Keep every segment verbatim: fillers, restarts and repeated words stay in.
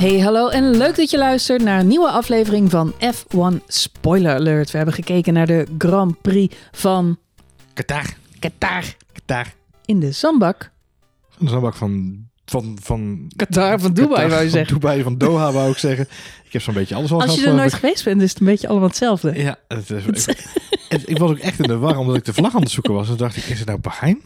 Hey, hallo en leuk dat je luistert naar een nieuwe aflevering van F één Spoiler Alert. We hebben gekeken naar de Grand Prix van... Qatar. Qatar. Qatar. In de zandbak. Van de zandbak van... Van, van Qatar, van Dubai Qatar, wou je van zeggen. Dubai, van Doha wou ik zeggen. Ik heb zo'n beetje alles al Als gehad. je er nooit ik. geweest bent, is het een beetje allemaal hetzelfde. Ja, het is, ik, het, ik was ook echt in de war, omdat ik de vlag aan het zoeken was. En dacht ik, is het nou Bahrein?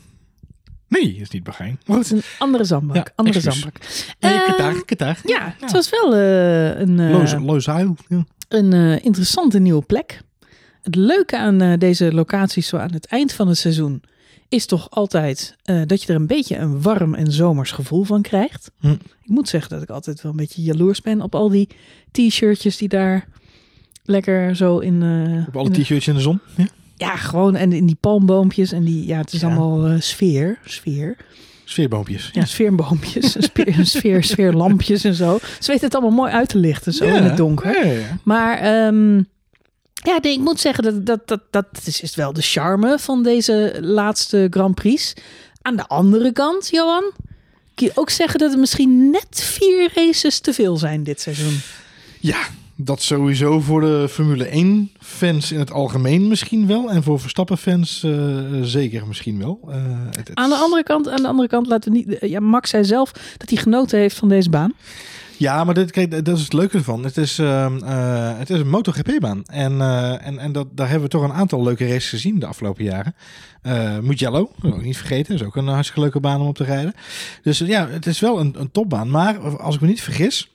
Nee, het is niet Bahrein. Maar het is een andere zandbak. Ja, andere excuus. zandbak. Nee, Uh, Qatar, Qatar. Ja, het was wel uh, een, uh, Loos, Losail. Ja. een uh, interessante nieuwe plek. Het leuke aan uh, deze locaties zo aan het eind van het seizoen is toch altijd uh, dat je er een beetje een warm en zomers gevoel van krijgt. Hm. Ik moet zeggen dat ik altijd wel een beetje jaloers ben op al die t-shirtjes die daar lekker zo in... Uh, Op alle t-shirts in de zon. Ja, ja, gewoon en in die palmboompjes en die, ja, het is ja. allemaal uh, sfeer, sfeer. Sfeerboompjes. Ja, sfeerboompjes, sfeer, sfeer, sfeerlampjes en zo. Ze weten het allemaal mooi uit te lichten, zo Ja, in het donker. ja, ja. Maar um, ja, nee, ik moet zeggen dat dat, dat, dat is, is wel de charme van deze laatste Grand Prix. Aan de andere kant, Johan, kun je ook zeggen dat er misschien net vier races te veel zijn dit seizoen. Ja, dat sowieso voor de Formule één fans in het algemeen misschien wel. En voor Verstappen fans uh, zeker misschien wel. Uh, het, het... Aan de andere kant, aan de andere kant laten we niet. Ja, Max zei zelf dat hij genoten heeft van deze baan. Ja, maar dit, kijk, dat is het leuke ervan. Het is, uh, uh, het is een MotoGP-baan. En, uh, en, en dat, daar hebben we toch een aantal leuke races gezien de afgelopen jaren. Uh, Mugello, ook niet vergeten. Is ook een hartstikke leuke baan om op te rijden. Dus uh, ja, het is wel een, een topbaan. Maar als ik me niet vergis...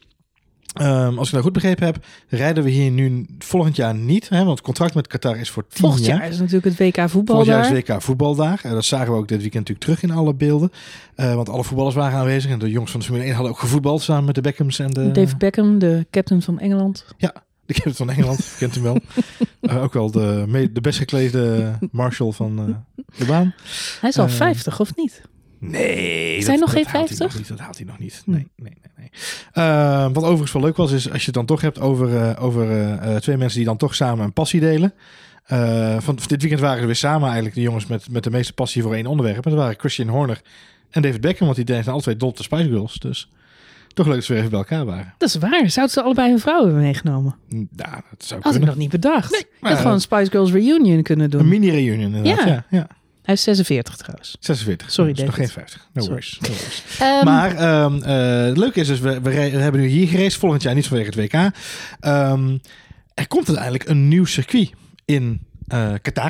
Um, als ik nou goed begrepen heb, rijden we hier nu volgend jaar niet. Hè, want het contract met Qatar is voor tien Volgend jaar. jaar is natuurlijk het W K voetbal Volgend jaar daar. is het W K voetbal daar. Uh, dat zagen we ook dit weekend natuurlijk terug in alle beelden. Uh, want alle voetballers waren aanwezig. En de jongens van de Formule één hadden ook gevoetbald samen met de Beckhams. En de... David Beckham, de captain van Engeland. Ja, de captain van Engeland. Kent hem wel. Uh, ook wel de, me- de best gekleedde Marshall van uh, de baan. Hij is al Uh, vijftig, of niet? Nee. Zijn nog geen dat haalt hij vijftig? nog niet, dat haalt hij nog niet. Nee, nee, nee. nee. Uh, wat overigens wel leuk was, is als je het dan toch hebt over, uh, over uh, twee mensen die dan toch samen een passie delen. Uh, van, van dit weekend waren er weer samen eigenlijk de jongens met, met de meeste passie voor één onderwerp. En dat waren Christian Horner en David Beckham, want die deden alle twee dol op de Spice Girls. Dus toch leuk dat ze weer even bij elkaar waren. Dat is waar. Zouden ze allebei hun vrouw hebben meegenomen? Nou, dat zou Had kunnen. ik nog niet bedacht. Nee, Je maar, had gewoon een Spice Girls reunion kunnen doen. Een mini-reunion inderdaad. Ja. Ja, ja. Hij is zesenveertig trouwens. zesenveertig. Sorry, dat is nog David. geen vijftig. No Sorry. worries. No worries. Um, Maar um, uh, het leuke is dus, we, we, re- we hebben nu hier geraced, volgend jaar niet vanwege het W K. Um, er komt uiteindelijk een nieuw circuit in uh, Qatar.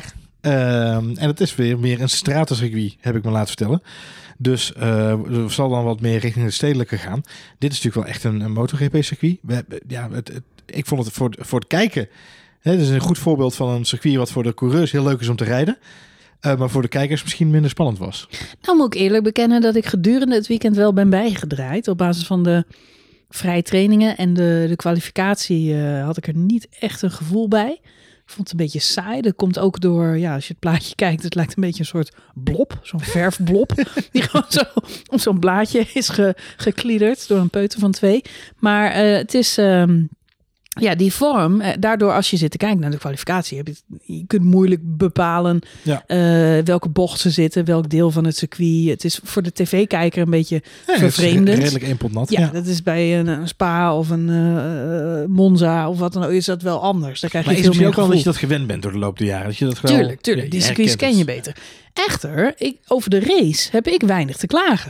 Um, en het is weer meer een stratencircuit, heb ik me laten vertellen. Dus uh, er zal dan wat meer richting het stedelijke gaan. Dit is natuurlijk wel echt een, een MotoGP-circuit. We, ja, het, het, ik vond het voor, voor het kijken... Hè, het is een goed voorbeeld van een circuit wat voor de coureurs heel leuk is om te rijden. Uh, maar voor de kijkers misschien minder spannend was. Nou moet ik eerlijk bekennen dat ik gedurende het weekend wel ben bijgedraaid. Op basis van de vrije trainingen en de, de kwalificatie uh, had ik er niet echt een gevoel bij. Ik vond het een beetje saai. Dat komt ook door, ja, als je het plaatje kijkt, het lijkt een beetje een soort blob. Zo'n verfblob. Die gewoon zo op zo'n blaadje is ge, gekliederd door een peuter van twee. Maar uh, het is... Um, Ja, die vorm, daardoor als je zit te kijken naar de kwalificatie, heb je, je kunt moeilijk bepalen Ja. uh, welke bocht ze zitten, welk deel van het circuit. Het is voor de tv-kijker een beetje Ja, vervreemdend. Het is redelijk één pot nat. Ja, Ja. dat is bij een, een Spa of een uh, Monza of wat dan ook, is dat wel anders. Daar krijg je Maar is veel het meer ook wel gevoel. dat je dat gewend bent door de loop der jaren? Dat je dat wel, Tuurlijk, tuurlijk. ja, Die je circuits herkent ken je het. beter. Echter, ik, over de race heb ik weinig te klagen.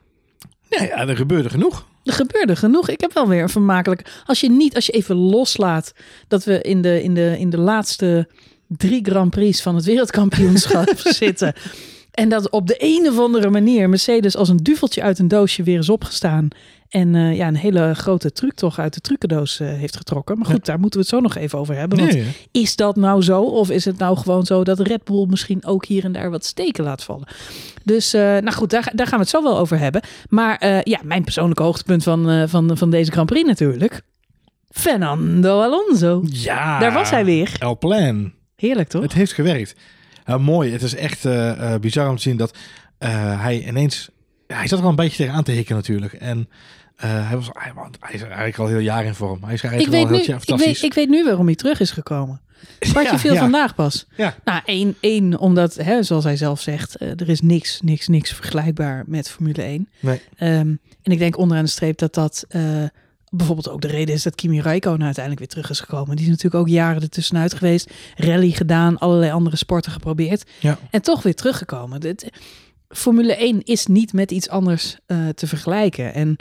Ja, ja, er gebeurde genoeg. Er gebeurde genoeg. Ik heb wel weer een vermakelijk... Als je niet, als je even loslaat dat we in de, in de, in de laatste drie Grand Prix van het wereldkampioenschap zitten. En dat op de een of andere manier Mercedes als een duveltje uit een doosje weer is opgestaan. En uh, ja, een hele grote truc toch uit de trucendoos uh, heeft getrokken. Maar goed, ja. Daar moeten we het zo nog even over hebben. Want Nee, is dat nou zo? Of is het nou gewoon zo dat Red Bull misschien ook hier en daar wat steken laat vallen? Dus, uh, nou goed, daar, daar gaan we het zo wel over hebben. Maar uh, ja, mijn persoonlijke hoogtepunt van, uh, van, van deze Grand Prix natuurlijk. Fernando Alonso. Ja. Daar was hij weer. El Plan. Heerlijk, toch? Het heeft gewerkt. Uh, mooi. Het is echt uh, uh, bizar om te zien dat uh, hij ineens... Hij zat er al een beetje tegenaan te hikken natuurlijk. En uh, hij, was, hij, hij is eigenlijk al heel jaar in vorm. Hij is eigenlijk ik, al weet heel nu, jaar ik, weet, ik weet nu waarom hij terug is gekomen. Sprak je Ja, veel ja. vandaag pas? Ja. Nou, één, één omdat, hè, zoals hij zelf zegt, uh, er is niks, niks, niks vergelijkbaar met Formule één. Nee. Um, en ik denk onderaan de streep dat dat uh, bijvoorbeeld ook de reden is dat Kimi Räikkönen uiteindelijk weer terug is gekomen. Die is natuurlijk ook jaren ertussenuit geweest. Rally gedaan, allerlei andere sporten geprobeerd. Ja. En toch weer teruggekomen. Dit, Formule één is niet met iets anders uh, te vergelijken. En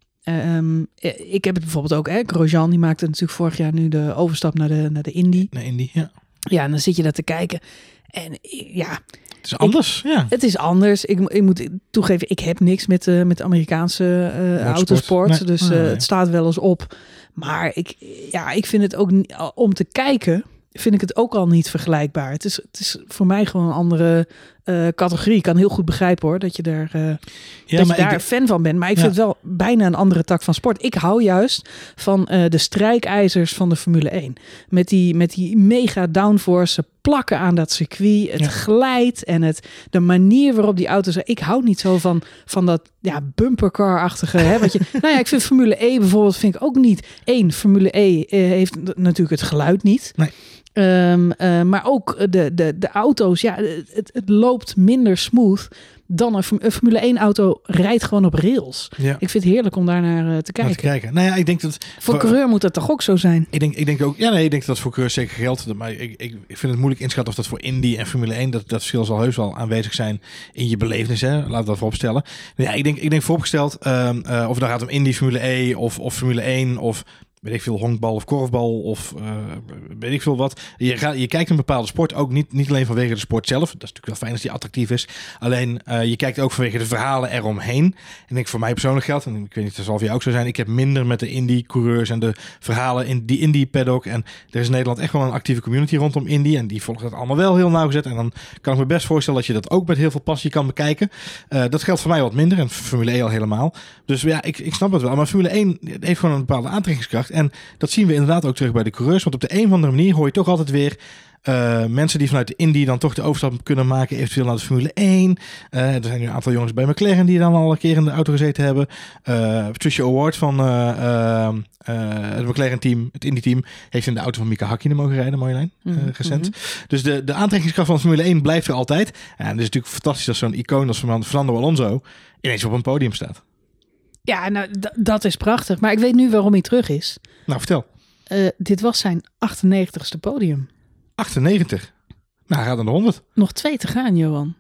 um, ik heb het bijvoorbeeld ook, hè, Grosjean die maakte natuurlijk vorig jaar nu de overstap naar de, naar de Indy. Naar Indy, ja. Ja, en dan zit je daar te kijken. En ja... Het is anders, ik, ja. Het is anders. Ik, ik moet toegeven, ik heb niks met, uh, met de Amerikaanse uh, autosport. Nee. Dus uh, nee, nee. Het staat wel eens op. Maar ik, ja, ik vind het ook niet, om te kijken, vind ik het ook al niet vergelijkbaar. Het is, het is voor mij gewoon een andere uh, categorie. Ik kan heel goed begrijpen hoor, dat je daar, uh, ja, dat je daar ik, fan van bent. Maar ik ja. vind het wel bijna een andere tak van sport. Ik hou juist van uh, de strijkijzers van de Formule één. Met die, met die mega downforce plakken aan dat circuit. Het ja. glijdt en het, de manier waarop die auto's... Ik hou niet zo van, van dat ja, bumpercar-achtige. Hè, wat je, nou ja, ik vind Formule E bijvoorbeeld vind ik ook niet... Eén, Formule E uh, heeft natuurlijk het geluid niet. Nee. Um, uh, maar ook de, de, de auto's, ja, het, het loopt minder smooth dan een, een Formule één auto rijdt gewoon op rails. Ja. Ik vind het heerlijk om daar naar uh, te kijken. Te kijken. Nou ja, ik denk dat voor coureur moet dat toch ook zo zijn? Ik denk, ik denk ook, ja, nee, ik denk dat dat voor coureurs zeker geldt. Maar ik, ik, ik vind het moeilijk inschatten of dat voor Indy en Formule één dat dat verschil zal heus wel aanwezig zijn in je belevenis. Hè? Laten we dat vooropstellen. Ja, ik denk, ik denk vooropgesteld, um, uh, of het dan gaat om Indy, Formule E of, of Formule één of weet ik veel, honkbal of korfbal of uh, weet ik veel wat. Je, gaat, je kijkt een bepaalde sport ook niet, niet alleen vanwege de sport zelf. Dat is natuurlijk wel fijn als die attractief is. Alleen uh, je kijkt ook vanwege de verhalen eromheen. En ik denk voor mij persoonlijk geldt, en ik weet niet, dat zal voor jou ook zo zijn. Ik heb minder met de Indy-coureurs en de verhalen in die Indy-paddock. En er is in Nederland echt wel een actieve community rondom Indy. En die volgt dat allemaal wel heel nauwgezet. En dan kan ik me best voorstellen dat je dat ook met heel veel passie kan bekijken. Uh, dat geldt voor mij wat minder. En Formule één al helemaal. Dus ja, ik, ik snap het wel. Maar Formule één heeft gewoon een bepaalde aantrekkingskracht. En dat zien we inderdaad ook terug bij de coureurs. Want op de een of andere manier hoor je toch altijd weer uh, mensen die vanuit de Indy dan toch de overstap kunnen maken, eventueel naar de Formule één. Uh, er zijn nu een aantal jongens bij McLaren die dan al een keer in de auto gezeten hebben. Uh, Patricia O'Ward van uh, uh, uh, het McLaren team, het Indy team, heeft in de auto van Mika Hakkinen mogen rijden, Marjolein, uh, mm-hmm. recent. Dus de, de aantrekkingskracht van de Formule één blijft er altijd. Ja, en het is natuurlijk fantastisch als zo'n icoon als Fernando Alonso ineens op een podium staat. Ja, nou, d- dat is prachtig. Maar ik weet nu waarom hij terug is. Nou, vertel. Uh, dit was zijn achtennegentigste podium. achtennegentig? Nou, hij gaat naar de honderd. Nog twee te gaan, Johan.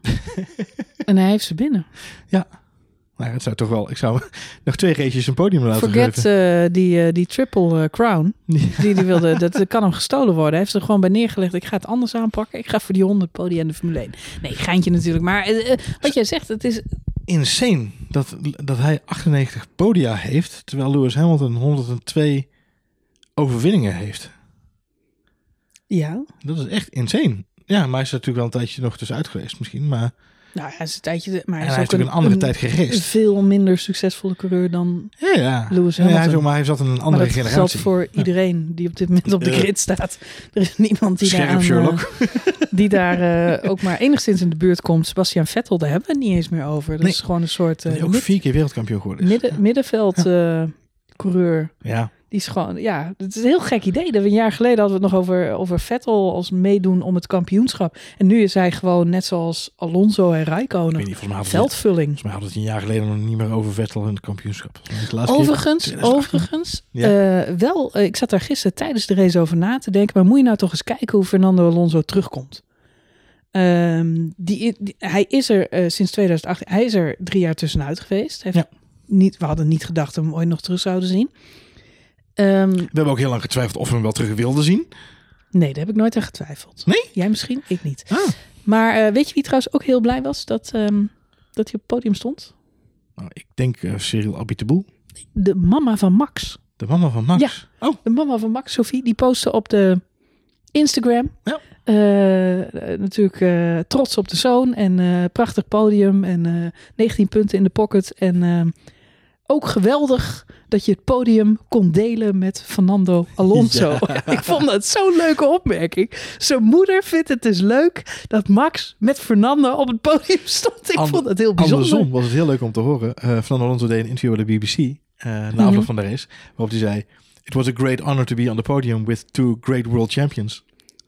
En hij heeft ze binnen. Ja. Nou, het zou toch wel... Ik zou nog twee races een podium laten Forget, geven. Forget uh, die, uh, die triple uh, crown. Ja. Die, die wilde, dat kan hem gestolen worden. Hij heeft er gewoon bij neergelegd. Ik ga het anders aanpakken. Ik ga voor die honderd podium en de Formule één. Nee, geintje natuurlijk. Maar uh, wat jij zegt, het is... insane dat, dat hij achtennegentig podia heeft, terwijl Lewis Hamilton honderdtwee overwinningen heeft. Ja. Dat is echt insane. Ja, maar hij is er natuurlijk wel een tijdje nog tussenuit geweest misschien, maar... Nou, hij is een tijdje... Maar hij, hij is heeft ook een, een andere een, tijd geraced. Een veel minder succesvolle coureur dan ja, ja. Lewis Hamilton. Ja, hij, maar hij zat in een andere maar dat generatie. geldt voor iedereen die op dit moment op de grid staat. Er is niemand die Scherp daar, aan, Sherlock. Uh, die daar uh, ook maar enigszins in de buurt komt. Sebastian Vettel, daar hebben we het niet eens meer over. Dat nee. is gewoon een soort... Uh, die ook mid- vier keer wereldkampioen geworden is. Midden, middenveld ja. uh, coureur. Ja. Die is gewoon, ja, het is een heel gek idee. Dat we een jaar geleden hadden we het nog over, over Vettel als meedoen om het kampioenschap. En nu is hij gewoon net zoals Alonso en Räikkönen. Niet, veldvulling. Volgens mij hadden we het een jaar geleden nog niet meer over Vettel en het kampioenschap. Overigens, overigens, ja. uh, wel, uh, ik zat daar gisteren tijdens de race over na te denken. Maar moet je nou toch eens kijken hoe Fernando Alonso terugkomt. Um, die, die, hij is er uh, sinds tweeduizend acht, hij is er drie jaar tussenuit geweest. Heeft ja. niet, we hadden niet gedacht dat we hem ooit nog terug zouden zien. Um, we hebben ook heel lang getwijfeld of we hem wel terug wilden zien. Nee, daar heb ik nooit aan getwijfeld. Nee? Jij misschien, ik niet. Ah. Maar uh, weet je wie trouwens ook heel blij was dat, um, dat hij op het podium stond? Nou, ik denk uh, Cyril Abiteboul. De mama van Max. De mama van Max? Ja, oh. De mama van Max, Sophie, die postte op de Instagram. Ja. Uh, natuurlijk uh, trots op de zoon en uh, prachtig podium en uh, negentien punten in de pocket. En uh, ook geweldig dat je het podium kon delen met Fernando Alonso. Ja. Ik vond dat zo'n leuke opmerking. Zijn moeder vindt het dus leuk dat Max met Fernando op het podium stond. Ik And, vond dat heel bijzonder. Andersom was het heel leuk om te horen. Uh, Fernando Alonso deed een interview bij de B B C uh, na afloop mm-hmm. van de race. Waarop hij zei, it was a great honor to be on the podium with two great world champions.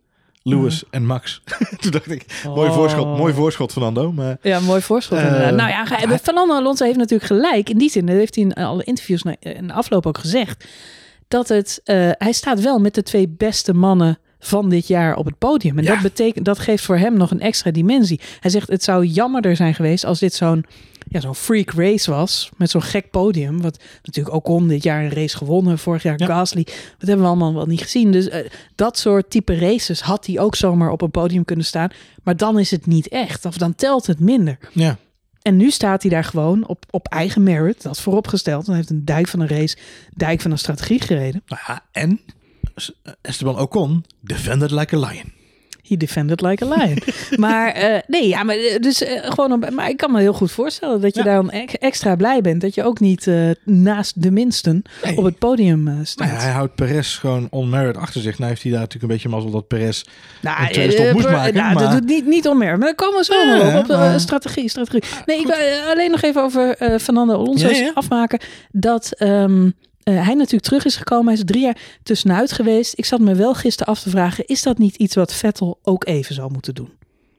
Lewis en Max. Toen dacht ik, mooi Oh. voorschot, mooi voorschot Fernando. Maar Ja, mooi voorschot Eh, inderdaad. Nou ja, hij- Fernando Alonso heeft natuurlijk gelijk. In die zin, dat heeft hij in alle interviews na- in de afloop ook gezegd. Dat het, uh, hij staat wel met de twee beste mannen van dit jaar op het podium. En Ja. dat betekent, dat geeft voor hem nog een extra dimensie. Hij zegt, het zou jammerder zijn geweest als dit zo'n ja, zo'n freak race was. Met zo'n gek podium. Wat natuurlijk ook Ocon dit jaar een race gewonnen. Vorig jaar Ja. Gasly. Dat hebben we allemaal wel niet gezien. Dus uh, dat soort type races had hij ook zomaar op een podium kunnen staan. Maar dan is het niet echt. Of dan telt het minder. ja, En nu staat hij daar gewoon op, op eigen merit. Dat is vooropgesteld. Hij heeft een dijk van een race, dijk van een strategie gereden. nou ja, en Esteban Ocon defended like a lion. He defended like a lion. maar uh, nee, ja, maar uh, dus uh, gewoon. Op, maar ik kan me heel goed voorstellen dat je Ja. daar dan e- extra blij bent dat je ook niet uh, naast de minsten Nee. op het podium uh, staat. Nou ja, hij houdt Perez gewoon on merit achter zich. Nou heeft hij daar natuurlijk een beetje mazzel dat Perez Nou, een tweede stop uh, moest per- maken. nou, maar dat doet niet, niet onmer. Maar daar komen we zo Ja, nog op. op uh, maar- strategie, strategie. Nee, ik wil uh, alleen nog even over uh, Fernando Alonso Ja, ja. afmaken. Dat um, uh, hij natuurlijk terug is gekomen. Hij is drie jaar tussenuit geweest. Ik zat me wel gisteren af te vragen. Is dat niet iets wat Vettel ook even zou moeten doen?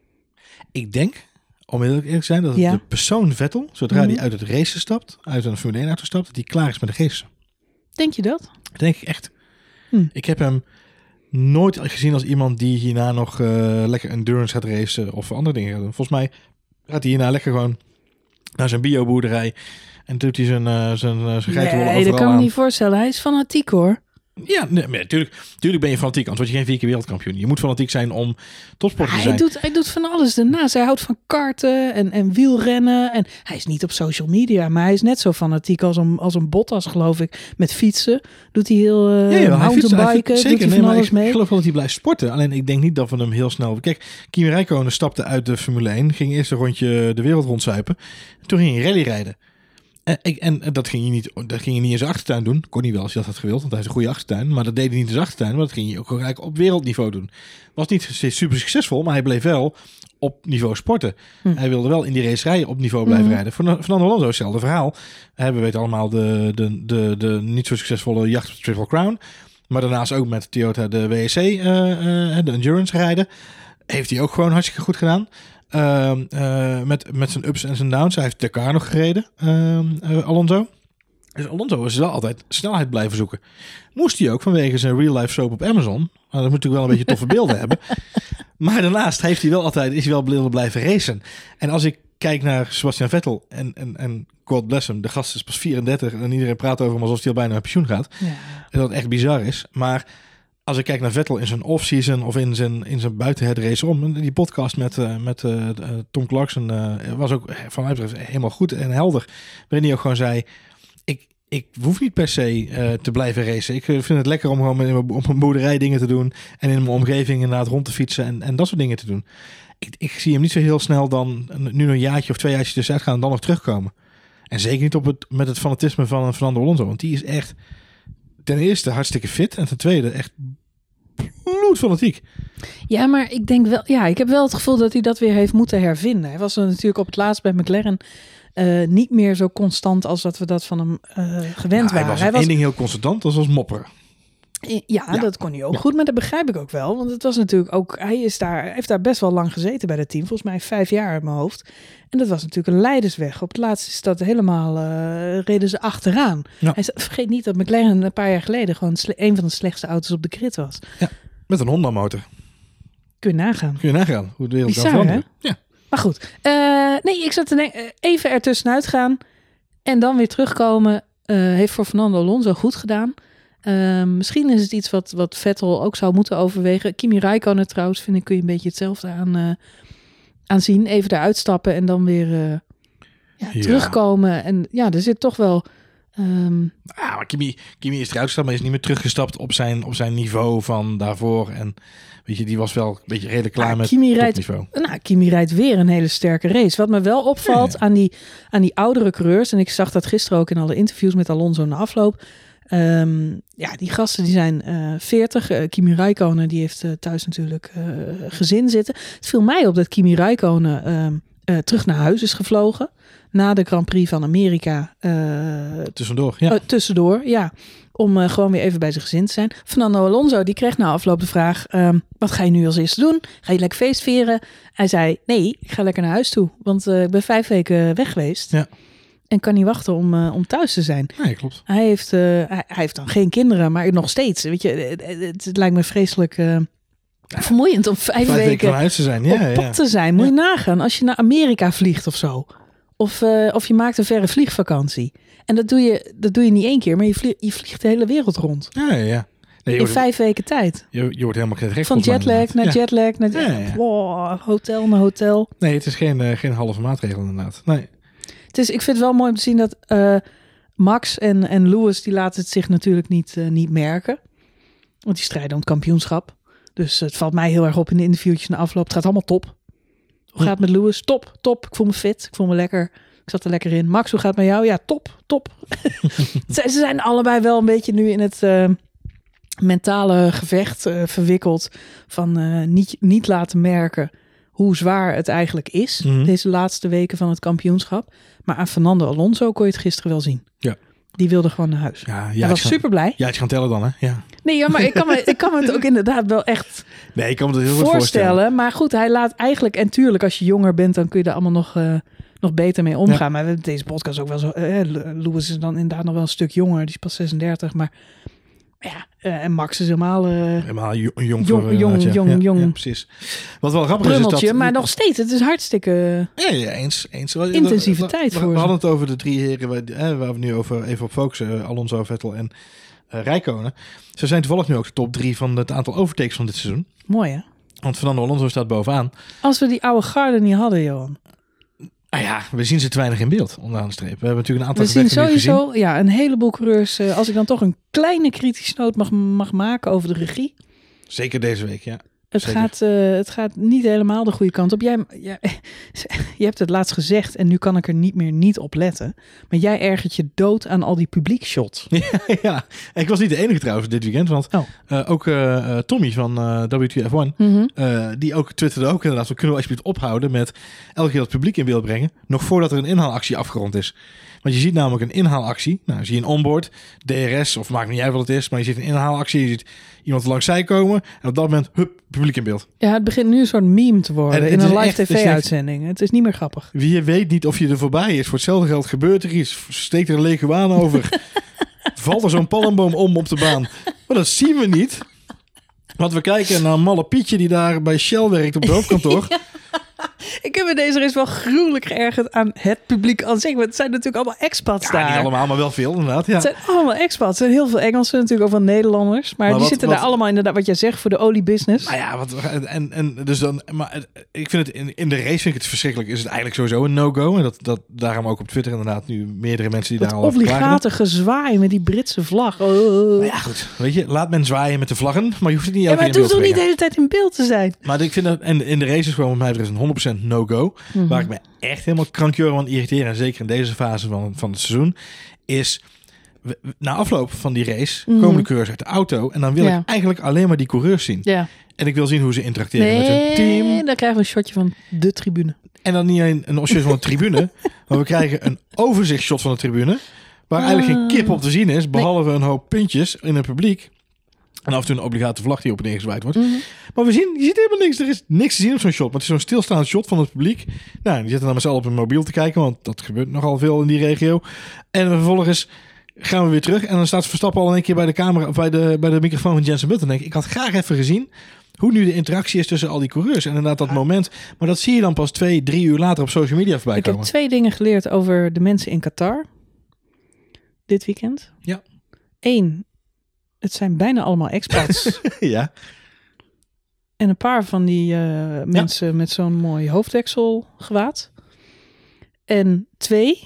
ik denk, om heel eerlijk te zijn, dat Ja. de persoon Vettel, zodra Mhm. hij uit het racen stapt, uit een Formule één auto stapt, dat hij klaar is met de race. Denk je dat? Dat denk ik echt. Hm. Ik heb hem nooit gezien als iemand die hierna nog uh, lekker endurance gaat racen of andere dingen gaat doen. Volgens mij gaat hij hierna lekker gewoon naar zijn bioboerderij en doet hij zijn, uh, zijn, uh, zijn geitenwolle Nee, dat overal kan ik me aan. niet voorstellen. Hij is fanatiek hoor. Ja, nee, maar natuurlijk, natuurlijk ben je fanatiek, anders word je geen vier keer wereldkampioen. Je moet fanatiek zijn om topsporter te Hij zijn. doet, hij doet van alles daarnaast. Hij houdt van karten en, en wielrennen. En hij is niet op social media, maar hij is net zo fanatiek als een, als een Bottas, geloof ik. Met fietsen doet hij heel uh, Ja, ja, hij fietst- hij mountainbiken. fietst- Doet hij nee, van maar alles ik, mee. ik geloof wel dat hij blijft sporten. Alleen ik denk niet dat we hem heel snel... Kijk, Kimi Räikkönen stapte uit de Formule één. Ging eerst een rondje de wereld rondzuipen. Toen ging hij rally rijden. En, ik- en dat ging hij niet, dat ging hij niet in zijn achtertuin doen. Kon hij wel als hij dat had gewild, want hij heeft een goede achtertuin. Maar dat deed hij niet in zijn achtertuin, maar dat ging hij ook gelijk op wereldniveau doen. Was niet super succesvol, maar hij bleef wel op niveau sporten. Hm. Hij wilde wel in die racerij op niveau blijven Mhm. rijden. Fernando Alonso, hetzelfde verhaal. We weten allemaal de, de, de, de niet zo succesvolle jacht Triple Crown. Maar daarnaast ook met Toyota de W E C, uh, uh, de endurance rijden. Heeft hij ook gewoon hartstikke goed gedaan. Uh, uh, met, met zijn ups en zijn downs. Hij heeft Dakar nog gereden, uh, uh, Alonso. Dus Alonso is wel altijd snelheid blijven zoeken. Moest hij ook vanwege zijn real life soap op Amazon. Nou, dat moet natuurlijk wel een beetje toffe beelden hebben. Maar daarnaast heeft hij wel altijd, is hij wel willen blijven racen. En als ik kijk naar Sebastian Vettel en, en, en God bless hem, de gast is pas vierendertig en iedereen praat over hem alsof hij al bijna naar pensioen gaat. Ja. En dat echt bizar is. Maar als ik kijk naar Vettel in zijn off-season of in zijn, in zijn buitenhead race om. Die podcast met, uh, met uh, Tom Clarkson uh, was ook van mij betreft helemaal goed en helder. Waarin hij ook gewoon zei, ik, ik hoef niet per se uh, te blijven racen. Ik vind het lekker om gewoon in mijn, op mijn boerderij dingen te doen. En in mijn omgeving inderdaad rond te fietsen en, en dat soort dingen te doen. Ik, ik zie hem niet zo heel snel dan nu een jaartje of twee jaartjes dus uitgaan en dan nog terugkomen. En zeker niet op het, met het fanatisme van Fernando Alonso. Want die is echt ten eerste hartstikke fit. En ten tweede echt bloedfanatiek. Ja, maar ik denk wel, ja, ik heb wel het gevoel dat hij dat weer heeft moeten hervinden. Hij was er natuurlijk op het laatst bij McLaren uh, niet meer zo constant als dat we dat van hem uh, gewend ja, hij waren. was hij één was ding heel constant, dat was mopperen. Ja, Ja. dat kon hij ook Ja. goed, maar dat begrijp ik ook wel. Want het was natuurlijk ook, hij is daar, hij heeft daar best wel lang gezeten bij het team. Volgens mij vijf jaar uit mijn hoofd. En dat was natuurlijk een leidersweg. Op het laatst is dat helemaal, uh, reden ze achteraan. Ja. Hij zei, vergeet niet dat McLaren een paar jaar geleden gewoon sle- een van de slechtste auto's op de grid was. Met een Honda motor. Kun je nagaan. Kun je nagaan hoe de wereld kan Bizar, veranderen. Ja. Maar goed, uh, nee, ik zat te denken, uh, even ertussenuit gaan en dan weer terugkomen. Uh, heeft voor Fernando Alonso goed gedaan. Uh, misschien is het iets wat, wat Vettel ook zou moeten overwegen. Kimi Räikkönen trouwens, vind ik, kun je een beetje hetzelfde aan, uh, aan zien. Even eruit stappen en dan weer uh, ja, Ja. terugkomen. En ja, er zit toch wel... Um, Ah, maar Kimi, Kimi is eruit gestapt, maar is niet meer teruggestapt op zijn, op zijn niveau van daarvoor. En weet je, die was wel een beetje redelijk klaar ja, met Kimi rijdt, topniveau. nou, Kimi rijdt weer een hele sterke race. Wat me wel opvalt Ja, ja. Aan, die, aan die oudere coureurs... en ik zag dat gisteren ook in alle interviews met Alonso na afloop... Um, ja, die gasten die zijn uh, veertig. Uh, Kimi Räikkönen die heeft uh, thuis natuurlijk uh, gezin zitten. Het viel mij op dat Kimi Räikkönen uh, uh, terug naar huis is gevlogen. Na de Grand Prix van Amerika. Uh, tussendoor, ja. Uh, tussendoor, ja. Om uh, gewoon weer even bij zijn gezin te zijn. Fernando Alonso, die kreeg na afloop de vraag... Um, wat ga je nu als eerste doen? Ga je lekker feestvieren? Hij zei, nee, ik ga lekker naar huis toe. Want uh, ik ben vijf weken weg geweest. Ja. En kan niet wachten om, uh, om thuis te zijn. Nee, klopt. Hij heeft, uh, hij, hij heeft dan geen kinderen, maar nog steeds. Weet je, het, het, het lijkt me vreselijk uh, vermoeiend om vijf, vijf weken, weken van huis te zijn. Ja, op pad ja. te zijn. Moet ja. je nagaan als je naar Amerika vliegt of zo. Of, uh, of je maakt een verre vliegvakantie. En dat doe je, dat doe je niet één keer, maar je vliegt, je vliegt de hele wereld rond. Ja, ja, ja. Nee, in wordt, vijf weken tijd. Je, je wordt helemaal gek. Van jetlag naar ja. jetlag naar ja, ja. Wow, hotel naar hotel. Nee, het is geen, uh, geen halve maatregel inderdaad. Nee. Het is, ik vind het wel mooi om te zien dat uh, Max en, en Lewis, die laten het zich natuurlijk niet, uh, niet merken. Want die strijden om het kampioenschap. Dus het valt mij heel erg op in de interviewtjes na afloop. Het gaat allemaal top. Hoe gaat het met Lewis? Top, top. Ik voel me fit. Ik voel me lekker. Ik zat er lekker in. Max, hoe gaat het met jou? Ja, top, top. Ze zijn allebei wel een beetje nu in het uh, mentale gevecht uh, verwikkeld. Van uh, niet, niet laten merken hoe zwaar het eigenlijk is. Mm-hmm. Deze laatste weken van het kampioenschap. Maar aan Fernando Alonso kon je het gisteren wel zien. Ja. Die wilde gewoon naar huis. Ja, Hij was super blij. Ja, het gaan tellen dan, hè? Ja. Nee, ja, maar ik kan, me, ik kan me het ook inderdaad wel echt nee, ik kan me het heel voorstellen. goed voorstellen. Maar goed, hij laat eigenlijk... En tuurlijk, als je jonger bent, dan kun je er allemaal nog, uh, nog beter mee omgaan. Ja. Maar we hebben deze podcast ook wel zo... Uh, Lewis is dan inderdaad nog wel een stuk jonger. Die is pas zesendertig, maar... Ja, uh, en Max is helemaal... Uh, helemaal jong, jong, jong, voor, jong, jong, ja, jong. Ja, precies. Wat wel grappig is, is dat... maar nog steeds, het is hartstikke... Ja, ja eens. eens. Intensieve we, tijd we, voor We ze. hadden het over de drie heren waar, hè, waar we nu over, even op focussen. Alonso, Vettel en uh, Räikkönen. Ze zijn toevallig nu ook de top drie van het aantal overtakes van dit seizoen. Mooi, hè? Want Fernando Alonso staat bovenaan. Als we die oude garde niet hadden, Johan. Ah ja, we zien ze te weinig in beeld, onderaan de streep. We hebben natuurlijk een aantal We zien sowieso gezien. ja, een heleboel coureurs. Uh, als ik dan toch een kleine kritische noot mag, mag maken over de regie. Zeker deze week, ja. Het gaat, uh, het gaat niet helemaal de goede kant op. Jij, jij, je hebt het laatst gezegd en nu kan ik er niet meer niet op letten. Maar jij ergert je dood aan al die publiekshots. Ja, ja, ik was niet de enige trouwens dit weekend. Want oh. uh, ook uh, Tommy van uh, W T F één, mm-hmm. uh, die ook twitterde ook inderdaad. We kunnen we alsjeblieft ophouden met elke keer het publiek in beeld brengen. Nog voordat er een inhaalactie afgerond is. Want je ziet namelijk een inhaalactie. Nou, zie je een onboard, D R S of maakt niet uit wat het is. Maar je ziet een inhaalactie, je ziet iemand langs zij komen. En op dat moment, hup, publiek in beeld. Ja, het begint nu een soort meme te worden in een live tv-uitzending. Het is niet meer grappig. Wie weet niet of je er voorbij is. Voor hetzelfde geld gebeurt er iets. Steekt er een leguaan over. Valt er zo'n palmboom om op de baan. Maar dat zien we niet. Want we kijken naar een malle Pietje die daar bij Shell werkt op het hoofdkantoor. Ja. Ik heb me deze race wel gruwelijk geërgerd aan het publiek aan zich. Want het zijn natuurlijk allemaal expats ja, daar. Niet allemaal, maar wel veel inderdaad. Ja. Het zijn allemaal expats. Er zijn heel veel Engelsen, natuurlijk ook wel Nederlanders. Maar, maar die wat, zitten wat, daar allemaal inderdaad, wat jij zegt, voor de oliebusiness. Nou ja, wat, en, en dus dan, maar ik vind het in, in de race vind ik het verschrikkelijk. Is het eigenlijk sowieso een no-go. En dat, dat daarom ook op Twitter inderdaad nu meerdere mensen die dat daar al over vragen. obligate gezwaai met die Britse vlag. Oh. Nou ja, goed. Weet je, laat men zwaaien met de vlaggen, maar je hoeft het niet elke ja, maar keer in het beeld hoeft te toch niet de hele tijd in beeld te zijn. Maar ik vind dat en in de races gewoon bij mij er is een honderd procent no-go. Mm-hmm. Waar ik me echt helemaal krankjoren aan irriteren, en zeker in deze fase van, van het seizoen, is we, na afloop van die race mm. komen de coureurs uit de auto en dan wil ja. ik eigenlijk alleen maar die coureurs zien. Ja. En ik wil zien hoe ze interacteren nee, met hun team. Dan krijgen we een shotje van de tribune. En dan niet een, een shot van de tribune, maar we krijgen een overzichtshot van de tribune, waar uh. eigenlijk geen kip op te zien is, behalve nee. een hoop puntjes in het publiek. En af en toe een obligate vlag die op en neer gezwaaid wordt. Mm-hmm. Maar we zien, je ziet helemaal niks. Er is niks te zien op zo'n shot. Maar het is zo'n stilstaand shot van het publiek. Nou, die zitten dan met z'n allen op een mobiel te kijken. Want dat gebeurt nogal veel in die regio. En vervolgens gaan we weer terug. En dan staat Verstappen al een keer bij de camera, bij de, bij de microfoon van Jensen Button. En denk ik, ik had graag even gezien hoe nu de interactie is tussen al die coureurs. En inderdaad dat ja. moment. Maar dat zie je dan pas twee, drie uur later op social media voorbij ik komen. Ik heb twee dingen geleerd over de mensen in Qatar. Dit weekend. Ja. Eén. Het zijn bijna allemaal expats. ja. En een paar van die uh, mensen ja. met zo'n mooi hoofddeksel-gewaad. En twee,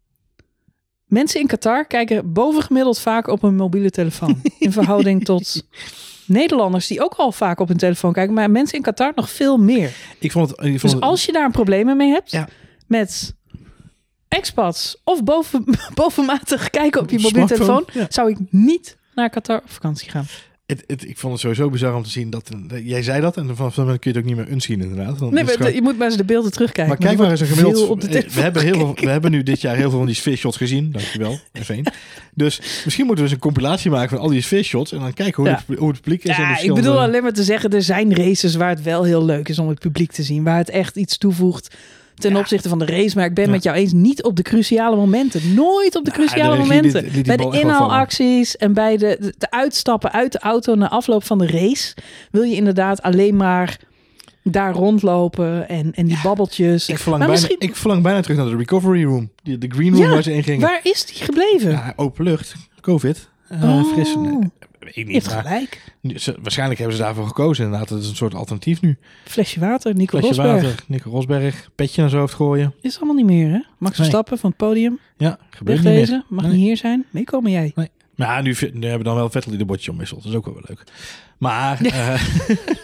mensen in Qatar kijken bovengemiddeld vaak op een mobiele telefoon. In verhouding tot Nederlanders die ook al vaak op hun telefoon kijken. Maar mensen in Qatar nog veel meer. Ik vond het, ik vond dus het... als je daar een probleem mee hebt ja. met expats of boven, bovenmatig kijken op je mobiele telefoon, ja. zou ik niet naar Qatar op vakantie gaan. Het, het, ik vond het sowieso bizar om te zien dat... Jij zei dat en vanaf dat moment kun je het ook niet meer unseen inderdaad. Dan nee, maar gewoon... je moet maar eens de beelden terugkijken. Maar kijk maar eens een gemiddeld... Op de we, hebben heel veel, we hebben nu dit jaar heel veel van die sfeershots gezien. Dankjewel, F één. Dus misschien moeten we eens een compilatie maken van al die sfeershots en dan kijken hoe, ja. het, hoe het publiek is. Ja, en ik bedoel alleen maar te zeggen, er zijn races waar het wel heel leuk is om het publiek te zien. Waar het echt iets toevoegt ten ja. opzichte van de race. Maar ik ben ja. met jou eens, niet op de cruciale momenten. Nooit op de nou, cruciale de momenten. Die, die, die bij de inhaalacties en bij de, de, de uitstappen uit de auto na afloop van de race wil je inderdaad alleen maar daar rondlopen en, en die ja. babbeltjes. Ik verlang, bijna, misschien... ik verlang bijna terug naar de recovery room. Die, de green room ja, waar ze in gingen. Waar is die gebleven? Ja, open lucht. Covid. Uh, oh. Fris. Nee, weet ik niet. Je hebt gelijk. Ze, waarschijnlijk hebben ze daarvoor gekozen. Inderdaad, dat is een soort alternatief nu. Flesje water, Nico Flesje Rosberg. water, Nico Rosberg. Petje naar zijn hoofd gooien. Is allemaal niet meer, hè? Max Verstappen nee. van het podium. Ja, gebeurt Wegwezen. niet meer. Mag nee. niet hier zijn. Meekomen jij. Nee. Maar ja, nu, nu hebben we dan wel Vettel die de botje omwisselt. Dat is ook wel weer leuk. Maar... Ja. Uh,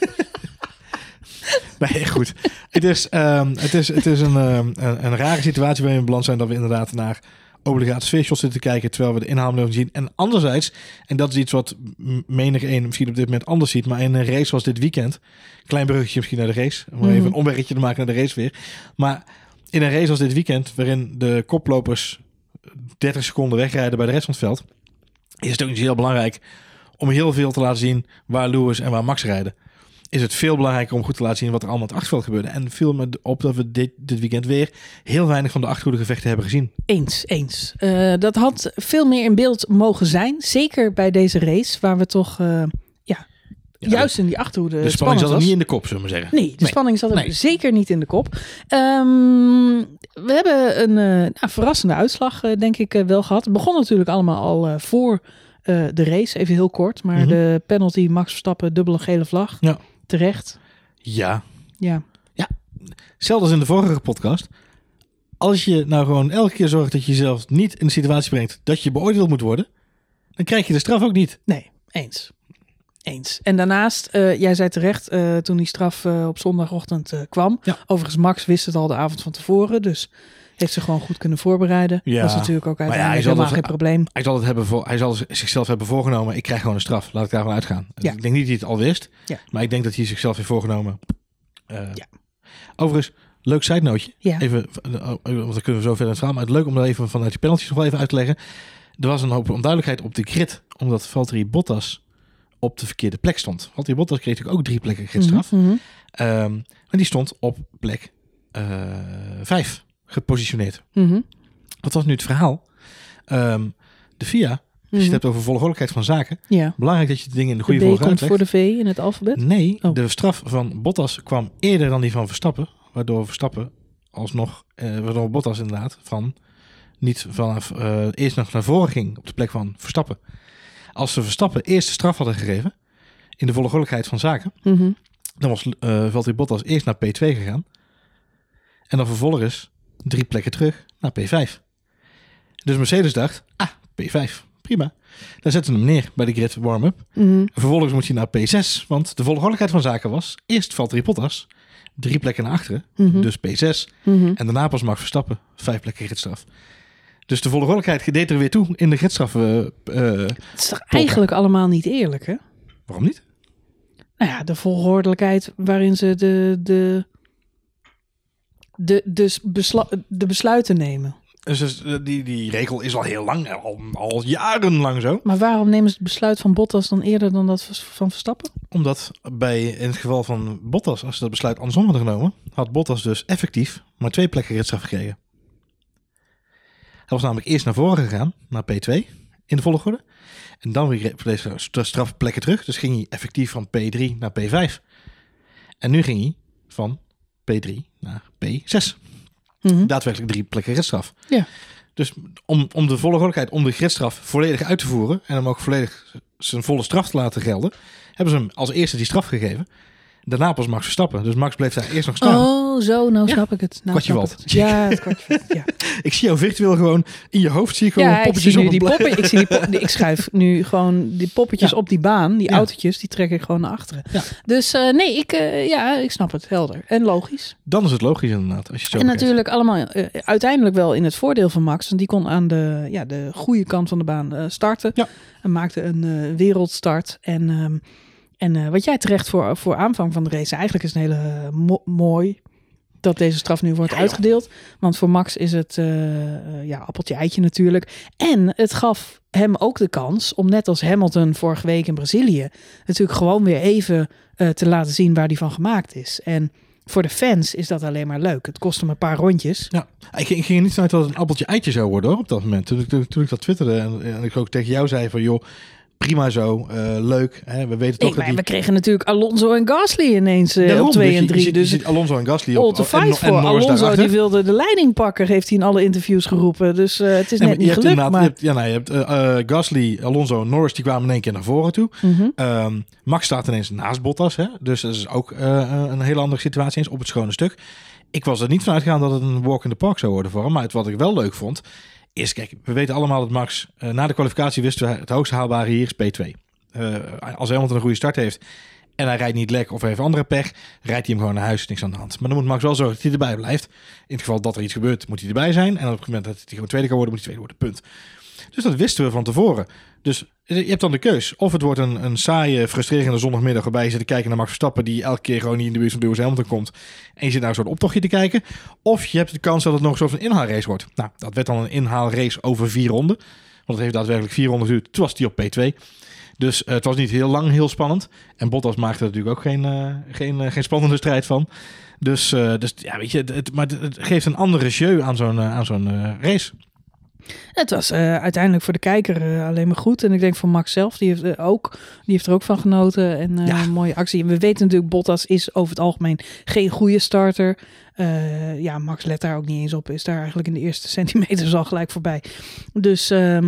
nee, goed. Het is, um, het is, het is een, um, een, een rare situatie waarin we beland zijn dat we inderdaad naar obligate sfeershots zitten te kijken terwijl we de inhaalmanoeuvre zien. En anderzijds, en dat is iets wat menig een misschien op dit moment anders ziet, maar in een race zoals dit weekend, klein bruggetje misschien naar de race, om mm-hmm. even een omweggetje te maken naar de race weer. Maar in een race als dit weekend, waarin de koplopers dertig seconden wegrijden bij de rest van het veld, is het ook niet heel belangrijk om heel veel te laten zien waar Lewis en waar Max rijden. Is het veel belangrijker om goed te laten zien wat er allemaal in het achterveld gebeurde. En viel me op dat we dit, dit weekend weer heel weinig van de achterhoede gevechten hebben gezien. Eens, eens. Uh, dat had veel meer in beeld mogen zijn. Zeker bij deze race, waar we toch uh, ja, ja, juist in die achterhoede de spanning zat er niet in de kop, zullen we zeggen. Nee, de nee. spanning zat er nee. zeker niet in de kop. Um, we hebben een uh, nou, verrassende uitslag, uh, denk ik, uh, wel gehad. Het begon natuurlijk allemaal al uh, voor uh, de race, even heel kort. Maar mm-hmm. de penalty, Max Verstappen, dubbele gele vlag. Ja. Terecht. Ja. Ja. Ja. Hetzelfde als in de vorige podcast. Als je nou gewoon elke keer zorgt dat je jezelf niet in de situatie brengt dat je beoordeeld moet worden, dan krijg je de straf ook niet. Nee, eens. Eens. En daarnaast, uh, jij zei terecht, uh, toen die straf uh, op zondagochtend uh, kwam. Ja. Overigens, Max wist het al de avond van tevoren, dus heeft ze gewoon goed kunnen voorbereiden. Ja. Dat is natuurlijk ook uiteindelijk ja, helemaal het, geen probleem. Hij zal, het hebben voor, hij zal zichzelf hebben voorgenomen, ik krijg gewoon een straf. Laat ik daarvan uitgaan. Ja. Ik denk niet dat hij het al wist, ja. maar ik denk dat hij zichzelf heeft voorgenomen. Uh, ja. Overigens, leuk side noteje. Ja. Even, want dan kunnen we zo verder in het verhaal. Maar het is leuk om dat even vanuit die penalties nog wel even uit te leggen. Er was een hoop onduidelijkheid op de grid, omdat Valtteri Bottas op de verkeerde plek stond. Valtteri Bottas kreeg natuurlijk ook drie plekken gridstraf. Mm-hmm. Um, maar die stond op plek uh, vijf gepositioneerd. Mm-hmm. Wat was nu het verhaal? Um, de F I A, als mm-hmm. je het hebt over volgordelijkheid van zaken, ja. belangrijk dat je de dingen in de goede volgorde uitlegt. De B komt voor de V in het alfabet? Nee, oh. de straf van Bottas kwam eerder dan die van Verstappen, waardoor Verstappen alsnog, uh, waardoor Bottas inderdaad van niet vanaf uh, eerst nog naar voren ging op de plek van Verstappen. Als ze Verstappen eerst de straf hadden gegeven in de volgordelijkheid van zaken, mm-hmm. dan was uh, Valtteri Bottas eerst naar P twee gegaan en dan vervolgens drie plekken terug naar P vijf. Dus Mercedes dacht, ah, P vijf, prima. Dan zetten we hem neer bij de grid warm-up. Mm-hmm. Vervolgens moet hij naar P zes, want de volgordelijkheid van zaken was eerst Valtteri Bottas, drie plekken naar achteren, mm-hmm. dus P zes. Mm-hmm. En daarna pas Max Verstappen, vijf plekken gridstraf. Dus de volgordelijkheid deed er weer toe in de gridstraf. Uh, uh, het is toch eigenlijk allemaal niet eerlijk, hè? Waarom niet? Nou ja, de volgordelijkheid waarin ze de, de, de, de, besla, de besluiten nemen. Dus die, die regel is al heel lang, al, al jarenlang zo. Maar waarom nemen ze het besluit van Bottas dan eerder dan dat van Verstappen? Omdat bij, in het geval van Bottas, als ze dat besluit andersom hadden genomen, had Bottas dus effectief maar twee plekken gridstraf gekregen. Hij was namelijk eerst naar voren gegaan, naar P twee, in de volgorde. En dan weer voor deze strafplekken terug. Dus ging hij effectief van P drie naar P vijf. En nu ging hij van P drie naar P zes. Mm-hmm. Daadwerkelijk drie plekken gridstraf. Ja. Dus om, om de volgordelijkheid, om de gridstraf volledig uit te voeren en hem ook volledig zijn volle straf te laten gelden, hebben ze hem als eerste die straf gegeven. Daarna pas Max Verstappen. Dus Max bleef daar eerst nog staan. Oh, zo, nou snap ja. ik het. Nou kwartje snap valt. Het. Ja, het kwartje valt. Ja. Ik zie jou virtueel gewoon in je hoofd. Zie je gewoon ja, poppetjes ik zie op nu die een poppen, ik, zie die pop, die, ik schuif nu gewoon die poppetjes ja. op die baan. Die ja. autootjes, die trek ik gewoon naar achteren. Ja. Dus uh, nee, ik, uh, ja, ik snap het. Helder. En logisch. Dan is het logisch inderdaad. Als je het zo en bekijkt. natuurlijk allemaal uh, uiteindelijk wel in het voordeel van Max. Want die kon aan de, ja, de goede kant van de baan uh, starten. Ja. En maakte een uh, wereldstart. En... Um, En uh, wat jij terecht voor, voor aanvang van de race, eigenlijk is een hele uh, mo- mooi dat deze straf nu wordt ja, uitgedeeld. Want voor Max is het uh, uh, ja, appeltje eitje natuurlijk. En het gaf hem ook de kans om net als Hamilton vorige week in Brazilië natuurlijk gewoon weer even uh, te laten zien waar die van gemaakt is. En voor de fans is dat alleen maar leuk. Het kost hem een paar rondjes. Ja, ik, ik ging er niet vanuit dat het een appeltje eitje zou worden hoor, op dat moment. Toen, toen, toen ik dat twitterde en, en ik ook tegen jou zei van joh, prima zo, uh, leuk. Hè? We weten toch nee, dat die... we kregen natuurlijk Alonso en Gasly ineens uh, op twee dus en drie. Je, dus je ziet Alonso en Gasly op. All to fight en, voor. en Alonso die wilde de leiding pakken, heeft hij in alle interviews geroepen. Dus uh, het is nee, net niet gelukt. Maar... Je hebt, ja, nee, je hebt uh, uh, Gasly, Alonso en Norris, die kwamen in één keer naar voren toe. Mm-hmm. Um, Max staat ineens naast Bottas. Hè? Dus dat is ook uh, een hele andere situatie eens op het schone stuk. Ik was er niet van uitgegaan dat het een walk in the park zou worden voor hem. Maar het, wat ik wel leuk vond, is, kijk, we weten allemaal dat Max, uh, na de kwalificatie wisten we het hoogste haalbare hier is P twee. Uh, als Hamilton een goede start heeft en hij rijdt niet lek of heeft andere pech, rijdt hij hem gewoon naar huis, niks aan de hand. Maar dan moet Max wel zorgen dat hij erbij blijft. In het geval dat er iets gebeurt, moet hij erbij zijn. En op het moment dat hij gewoon tweede kan worden, moet hij tweede worden, punt. Dus dat wisten we van tevoren. Dus je hebt dan de keus. Of het wordt een, een saaie, frustrerende zondagmiddag waarbij je zit te kijken naar Max Verstappen die elke keer gewoon niet in de buurt van Lewis Hamilton komt. En je zit naar een soort optochtje te kijken. Of je hebt de kans dat het nog een soort van inhaalrace wordt. Nou, dat werd dan een inhaalrace over vier ronden. Want het heeft daadwerkelijk vier ronden geduurd. Toen was die op P twee. Dus uh, het was niet heel lang, heel spannend. En Bottas maakte er natuurlijk ook geen, uh, geen, uh, geen spannende strijd van. Dus, uh, dus ja, weet je, het, het, maar het geeft een andere jeu aan zo'n, uh, aan zo'n uh, race. Het was uh, uiteindelijk voor de kijker uh, alleen maar goed. En ik denk voor Max zelf, die heeft, uh, ook, die heeft er ook van genoten. En uh, ja. een mooie actie. En we weten natuurlijk, Bottas is over het algemeen geen goede starter. Uh, ja, Max let daar ook niet eens op. Is daar eigenlijk in de eerste centimeters al gelijk voorbij. Dus... Uh,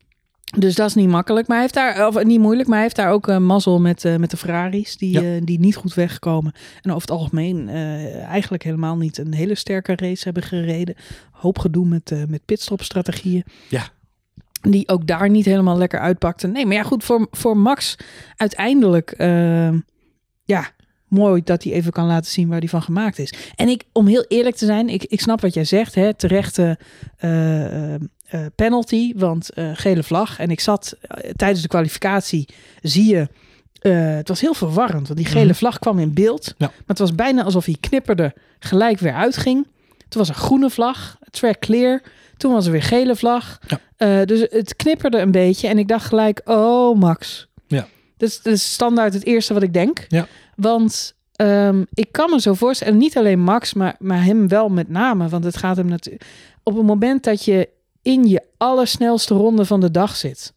Dus dat is niet makkelijk, maar hij heeft daar, of niet moeilijk, maar hij heeft daar ook uh, mazzel met, uh, met de Ferraris, die, ja. uh, die niet goed wegkomen. En over het algemeen uh, eigenlijk helemaal niet een hele sterke race hebben gereden. Hoop gedoe met, uh, met pitstopstrategieën. Ja. Die ook daar niet helemaal lekker uitpakten. Nee, maar ja goed, voor, voor Max uiteindelijk, uh, ja... mooi dat hij even kan laten zien waar hij van gemaakt is. En ik, om heel eerlijk te zijn, ik, ik snap wat jij zegt, hè, terechte uh, uh, penalty, want uh, gele vlag. En ik zat uh, tijdens de kwalificatie, zie je, uh, het was heel verwarrend, want die gele mm. vlag kwam in beeld, ja. maar het was bijna alsof hij knipperde, gelijk weer uitging. Toen was er groene vlag, track clear. Toen was er weer gele vlag. Ja. Uh, dus het knipperde een beetje en ik dacht gelijk, oh Max. Ja. Dus dat is standaard het eerste wat ik denk. Ja. Want um, ik kan me zo voorstellen, en niet alleen Max, maar, maar hem wel met name. Want het gaat hem natuurlijk... Op het moment dat je in je allersnelste ronde van de dag zit,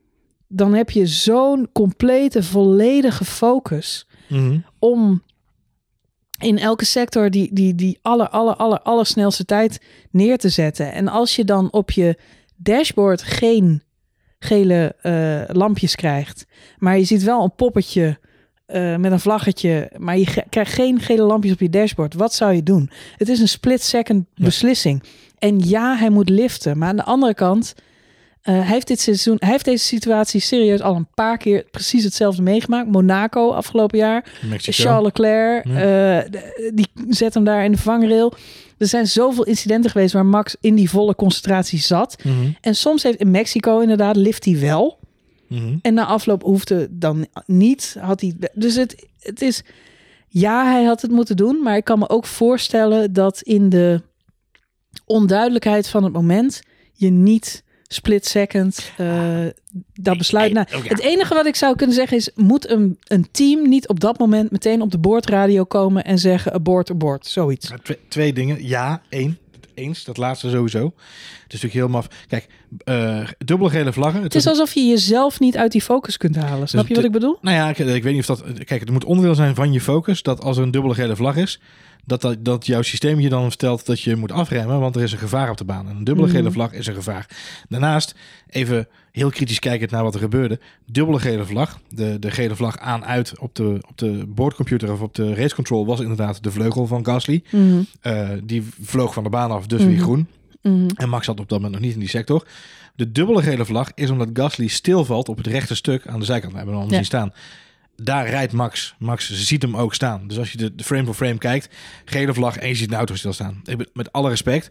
dan heb je zo'n complete, volledige focus mm-hmm. om in elke sector die, die, die aller, aller, aller, allersnelste tijd neer te zetten. En als je dan op je dashboard geen gele uh, lampjes krijgt, maar je ziet wel een poppetje uh, met een vlaggetje, maar je ge- krijgt geen gele lampjes op je dashboard. Wat zou je doen? Het is een split-second ja. beslissing. En ja, hij moet liften. Maar aan de andere kant, uh, hij heeft dit seizoen, hij heeft deze situatie serieus al een paar keer precies hetzelfde meegemaakt. Monaco afgelopen jaar. Mexico. Charles Leclerc, ja. uh, die zet hem daar in de vangrail. Er zijn zoveel incidenten geweest waar Max in die volle concentratie zat. Mm-hmm. En soms heeft in Mexico inderdaad lift hij wel. Mm-hmm. En na afloop hoefde dan niet. Had hij, dus het, het is... Ja, hij had het moeten doen. Maar ik kan me ook voorstellen dat in de onduidelijkheid van het moment je niet split second uh, dat besluit. Nou, oh ja. Het enige wat ik zou kunnen zeggen is, moet een, een team niet op dat moment meteen op de boordradio komen en zeggen abort, abort, zoiets. Twee, twee dingen. Ja, één. Eens, dat laatste sowieso. Het is natuurlijk heel maf. Kijk, uh, dubbele gele vlaggen. Het, het is alsof je jezelf niet uit die focus kunt halen. Snap je wat ik bedoel? Nou ja, ik, ik weet niet of dat... Kijk, het moet onderdeel zijn van je focus dat als er een dubbele gele vlag is, dat, dat, dat jouw systeem je dan vertelt dat je moet afremmen, want er is een gevaar op de baan. En een dubbele gele vlag is een gevaar. Daarnaast, even heel kritisch kijkend naar wat er gebeurde. Dubbele gele vlag, de, de gele vlag aan-uit op de, op de boordcomputer of op de race control was inderdaad de vleugel van Gasly. Mm-hmm. Uh, die vloog van de baan af, dus mm-hmm. weer groen. Mm-hmm. En Max zat op dat moment nog niet in die sector. De dubbele gele vlag is omdat Gasly stilvalt op het rechte stuk aan de zijkant. We hebben hem al ja. zien staan. Daar rijdt Max. Max ziet hem ook staan. Dus als je de, de frame voor frame kijkt, gele vlag en je ziet een auto stilstaan. Ik, met alle respect,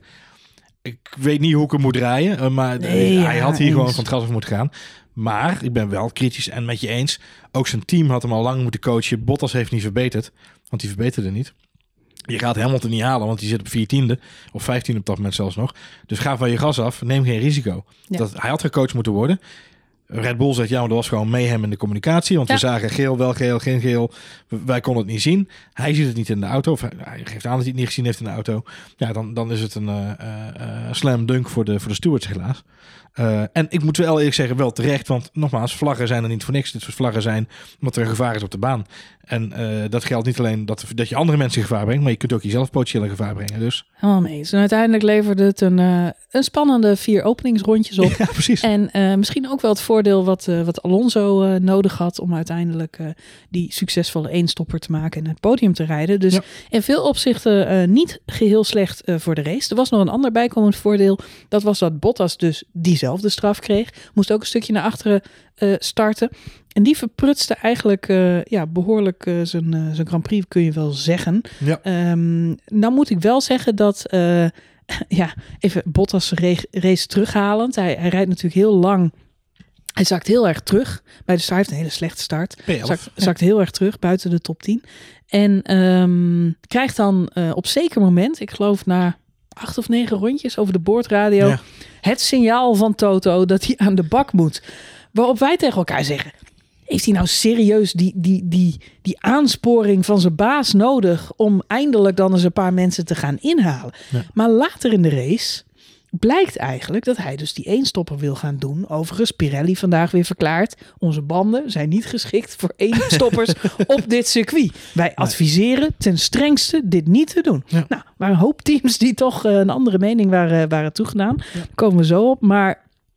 ik weet niet hoe ik hem moet draaien, maar nee, hij ja, had hier eens. gewoon van het gas af moeten gaan. Maar ik ben wel kritisch en met je eens. Ook zijn team had hem al lang moeten coachen. Bottas heeft niet verbeterd, want die verbeterde niet. Je gaat Hamilton niet halen, want die zit op veertiende of vijftiende op dat moment zelfs nog. Dus ga van je gas af, neem geen risico. Ja. Dat, hij had gecoacht moeten worden. Red Bull zegt, ja, maar dat was gewoon mayhem in de communicatie. Want ja. we zagen geel, wel geel, geen geel. Wij konden het niet zien. Hij ziet het niet in de auto. Of hij geeft aan dat hij het niet gezien heeft in de auto. Ja, dan, dan is het een uh, uh, slam dunk voor de, voor de stewards helaas. Uh, en ik moet wel eerlijk zeggen, wel terecht. Want nogmaals, vlaggen zijn er niet voor niks. Dit soort vlaggen zijn omdat er een gevaar is op de baan. En uh, dat geldt niet alleen dat, dat je andere mensen in gevaar brengt, maar je kunt ook jezelf potentieel in gevaar brengen. Dus. Helemaal mee eens. En uiteindelijk leverde het een, uh, een spannende vier openingsrondjes op. Ja, precies. En uh, misschien ook wel het voordeel wat, uh, wat Alonso uh, nodig had om uiteindelijk uh, die succesvolle eenstopper te maken en het podium te rijden. Dus ja. in veel opzichten uh, niet geheel slecht uh, voor de race. Er was nog een ander bijkomend voordeel. Dat was dat Bottas dus diezelfde straf kreeg. Moest ook een stukje naar achteren uh, starten. En die verprutste eigenlijk uh, ja, behoorlijk uh, zijn, uh, zijn Grand Prix, kun je wel zeggen. Ja. Um, nou moet ik wel zeggen dat, uh, ja, even Bottas race, race terughalend. Hij, hij rijdt natuurlijk heel lang. Hij zakt heel erg terug. Bij de start heeft een hele slechte start. Zakt, zakt heel erg terug, buiten de top tien. En um, krijgt dan uh, op zeker moment, ik geloof na acht of negen rondjes over de boordradio, ja. het signaal van Toto dat hij aan de bak moet. Waarop wij tegen elkaar zeggen, heeft hij nou serieus die, die, die, die aansporing van zijn baas nodig om eindelijk dan eens een paar mensen te gaan inhalen? Ja. Maar later in de race blijkt eigenlijk dat hij dus die eenstopper wil gaan doen. Overigens, Pirelli vandaag weer verklaard, onze banden zijn niet geschikt voor eenstoppers op dit circuit. Wij adviseren ten strengste dit niet te doen. Ja. Nou, er waren een hoop teams die toch een andere mening waren, waren toegedaan. Ja. Daar komen we zo op, maar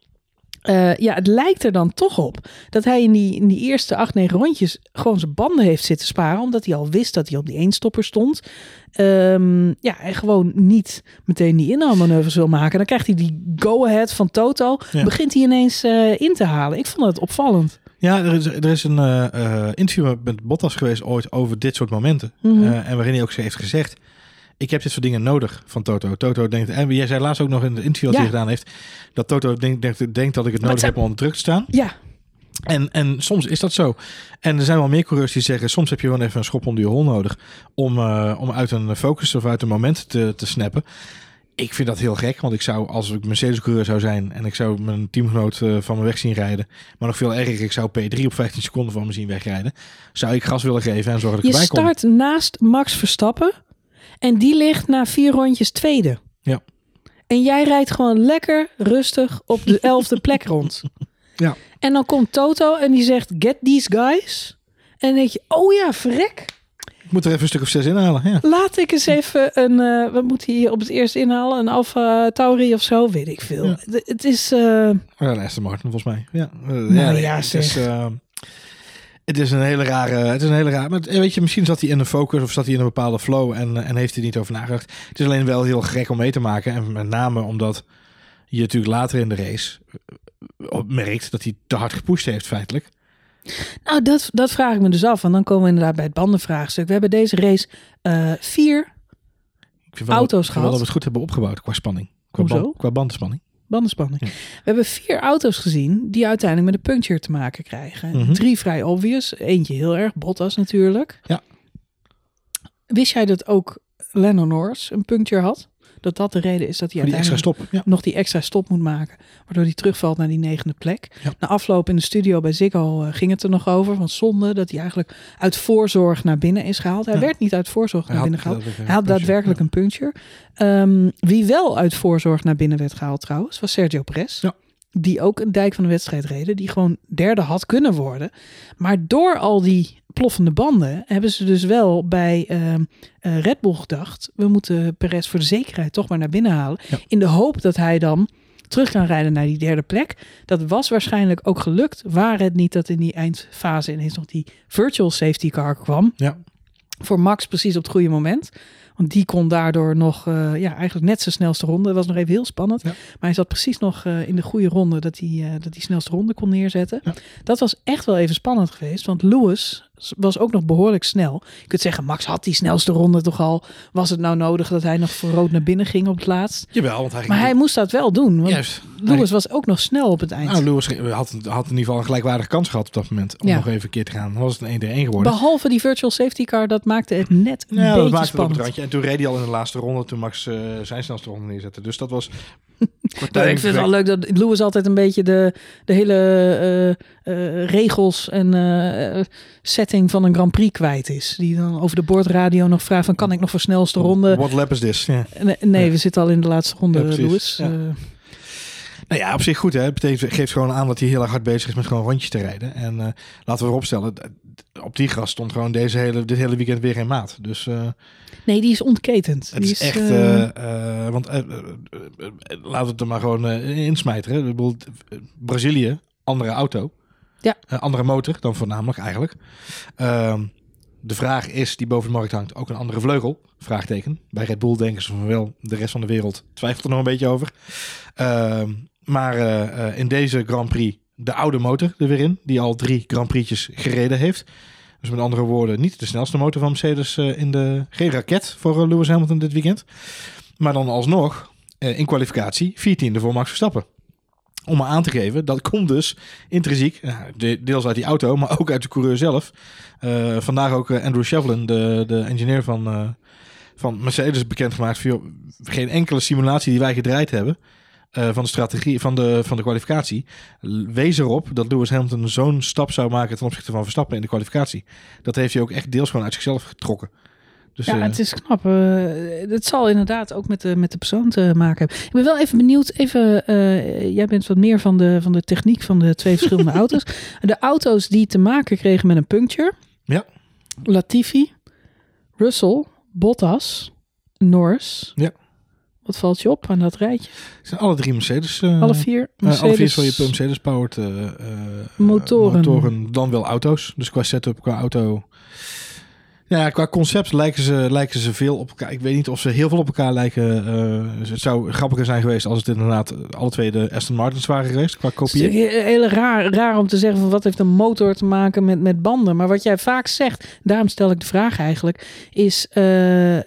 Uh, ja, het lijkt er dan toch op dat hij in die, in die eerste acht, negen rondjes gewoon zijn banden heeft zitten sparen. Omdat hij al wist dat hij op die eenstopper stond. Um, ja, en gewoon niet meteen die inhaalmanoeuvres wil maken. Dan krijgt hij die go-ahead van Toto. Ja. Begint hij ineens uh, in te halen. Ik vond het opvallend. Ja, er is, er is een uh, uh, interview met Bottas geweest ooit over dit soort momenten. Mm-hmm. Uh, en waarin hij ook heeft gezegd, ik heb dit soort dingen nodig van Toto. Toto denkt, en jij zei laatst ook nog in het interview dat ja. hij gedaan heeft, dat Toto denkt, denkt, denkt dat ik het nodig zijn... heb om onder druk te staan. Ja. En, en soms is dat zo. En er zijn wel meer coureurs die zeggen, soms heb je gewoon even een schop onder je hol nodig om, uh, om uit een focus of uit een moment te, te snappen. Ik vind dat heel gek, want ik zou, als ik Mercedes-coureur zou zijn en ik zou mijn teamgenoot uh, van me weg zien rijden, maar nog veel erger, ik zou P drie op vijftien seconden van me zien wegrijden, zou ik gas willen geven en zorgen dat ik je erbij kom. Je start naast Max Verstappen en die ligt na vier rondjes tweede. Ja. En jij rijdt gewoon lekker rustig op de elfde plek rond. Ja. En dan komt Toto en die zegt, get these guys. En dan denk je, oh ja, verrek. Ik moet er even een stuk of zes inhalen. Ja. Laat ik eens even een, uh, wat moet hij hier op het eerst inhalen? Een Alfa Tauri of zo, weet ik veel. Ja. Het, het is... Uh... Ja, een Aston Martin volgens mij. Ja, uh, nou, ja, ja het is... Uh... Het is een hele rare, het is een hele rare, maar weet je, misschien zat hij in een focus of zat hij in een bepaalde flow en, en heeft hij niet over nagedacht. Het is alleen wel heel gek om mee te maken en met name omdat je natuurlijk later in de race merkt dat hij te hard gepusht heeft feitelijk. Nou, dat, dat vraag ik me dus af, en dan komen we inderdaad bij het bandenvraagstuk. We hebben deze race uh, vier ik vind wel, auto's ik gehad. Dat we het goed hebben opgebouwd qua spanning, qua, band, qua bandenspanning. Bandenspanning. Ja. We hebben vier auto's gezien die uiteindelijk met een puncture te maken krijgen. Mm-hmm. Drie vrij obvious. Eentje heel erg. Bottas natuurlijk. Ja. Wist jij dat ook Lando Norris een puncture had? Dat dat de reden is dat hij die uiteindelijk extra stop, ja. nog die extra stop moet maken. Waardoor hij terugvalt naar die negende plek. Ja. Na afloop in de studio bij Ziggo uh, ging het er nog over. Van zonde dat hij eigenlijk uit voorzorg naar binnen is gehaald. Hij ja. werd niet uit voorzorg hij naar binnen gehaald. Hij had daadwerkelijk ja. een puncture. Um, wie wel uit voorzorg naar binnen werd gehaald trouwens, was Sergio Perez. Ja. Die ook een dijk van de wedstrijd reden. Die gewoon derde had kunnen worden. Maar door al die ploffende banden hebben ze dus wel bij uh, uh, Red Bull gedacht, we moeten Perez voor de zekerheid toch maar naar binnen halen. Ja. In de hoop dat hij dan terug kan rijden naar die derde plek. Dat was waarschijnlijk ook gelukt. Waar het niet dat in die eindfase ineens nog die virtual safety car kwam. Ja. Voor Max precies op het goede moment. Want die kon daardoor nog, uh, ja, eigenlijk net zijn snelste ronde. Dat was nog even heel spannend. Ja. Maar hij zat precies nog uh, in de goede ronde dat hij, uh, dat die snelste ronde kon neerzetten. Ja. Dat was echt wel even spannend geweest. Want Lewis was ook nog behoorlijk snel. Je kunt zeggen, Max had die snelste ronde toch al. Was het nou nodig dat hij nog voor rood naar binnen ging op het laatst? Jawel, want hij maar hij moest dat wel doen. Want Juist. Lewis hij... was ook nog snel op het eind. Nou, Lewis had, had in ieder geval een gelijkwaardige kans gehad op dat moment. Om ja. nog even een keer te gaan. Dan was het een één tegen één geworden. Behalve die virtual safety car, dat maakte het net een ja, beetje dat maakte spannend. Het op het randje. En toen reed hij al in de laatste ronde. Toen Max uh, zijn snelste ronde neerzette. Dus dat was... Nou, ik vind het wel leuk dat Lewis altijd een beetje de, de hele uh, uh, regels en uh, setting van een Grand Prix kwijt is. Die dan over de bordradio nog vraagt van, kan ik nog voor snelste ronde? What lap is this? Yeah. Nee, nee ja. we zitten al in de laatste ronde, ja, Lewis. Ja. Uh, Nou ja, op zich goed. Hè. Het betekent, geeft gewoon aan dat hij heel erg hard bezig is met gewoon rondjes te rijden. En uh, laten we erop stellen, op die gras stond gewoon deze hele, dit hele weekend weer geen maat. Dus, uh, nee, die is ontketend. Het die is, is echt, uh, uh, want uh, uh, uh, uh, laten we het er maar gewoon uh, insmijteren. Ik bedoel, Brazilië, andere auto. Ja. Uh, andere motor dan voornamelijk eigenlijk. Uh, de vraag is, die boven de markt hangt, ook een andere vleugel? Vraagteken. Bij Red Bull denken ze van wel, de rest van de wereld twijfelt er nog een beetje over. Uh, Maar uh, uh, in deze Grand Prix de oude motor er weer in. Die al drie Grand Prix'tjes gereden heeft. Dus met andere woorden niet de snelste motor van Mercedes uh, in de... Geen raket voor uh, Lewis Hamilton dit weekend. Maar dan alsnog uh, in kwalificatie veertiende voor Max Verstappen. Om maar aan te geven, dat komt dus intrinsiek. Uh, de, deels uit die auto, maar ook uit de coureur zelf. Uh, vandaag ook uh, Andrew Chevlin, de, de engineer van, uh, van Mercedes, bekendgemaakt. Voor geen enkele simulatie die wij gedraaid hebben. Uh, van de strategie, van de, van de kwalificatie, wees erop dat Lewis Hamilton zo'n stap zou maken ten opzichte van Verstappen in de kwalificatie. Dat heeft hij ook echt deels gewoon uit zichzelf getrokken. Dus, ja, uh, het is knap. Uh, het zal inderdaad ook met de, met de persoon te maken hebben. Ik ben wel even benieuwd, even, uh, jij bent wat meer van de, van de techniek van de twee verschillende auto's. De auto's die te maken kregen met een puncture. Ja. Latifi, Russell, Bottas, Norris. Ja. Wat valt je op aan dat rijtje? Het zijn alle drie Mercedes. Uh, alle vier Mercedes. Uh, alle vier van je Mercedes-powered uh, uh, motoren. motoren. Dan wel auto's. Dus qua setup, qua auto. Ja, qua concept lijken ze, lijken ze veel op elkaar. Ik weet niet of ze heel veel op elkaar lijken. Uh, het zou grappiger zijn geweest als het inderdaad alle twee de Aston Martins waren geweest. Qua kopie. Het is heel raar, raar om te zeggen van wat heeft een motor te maken met, met banden. Maar wat jij vaak zegt, daarom stel ik de vraag eigenlijk, is... Uh,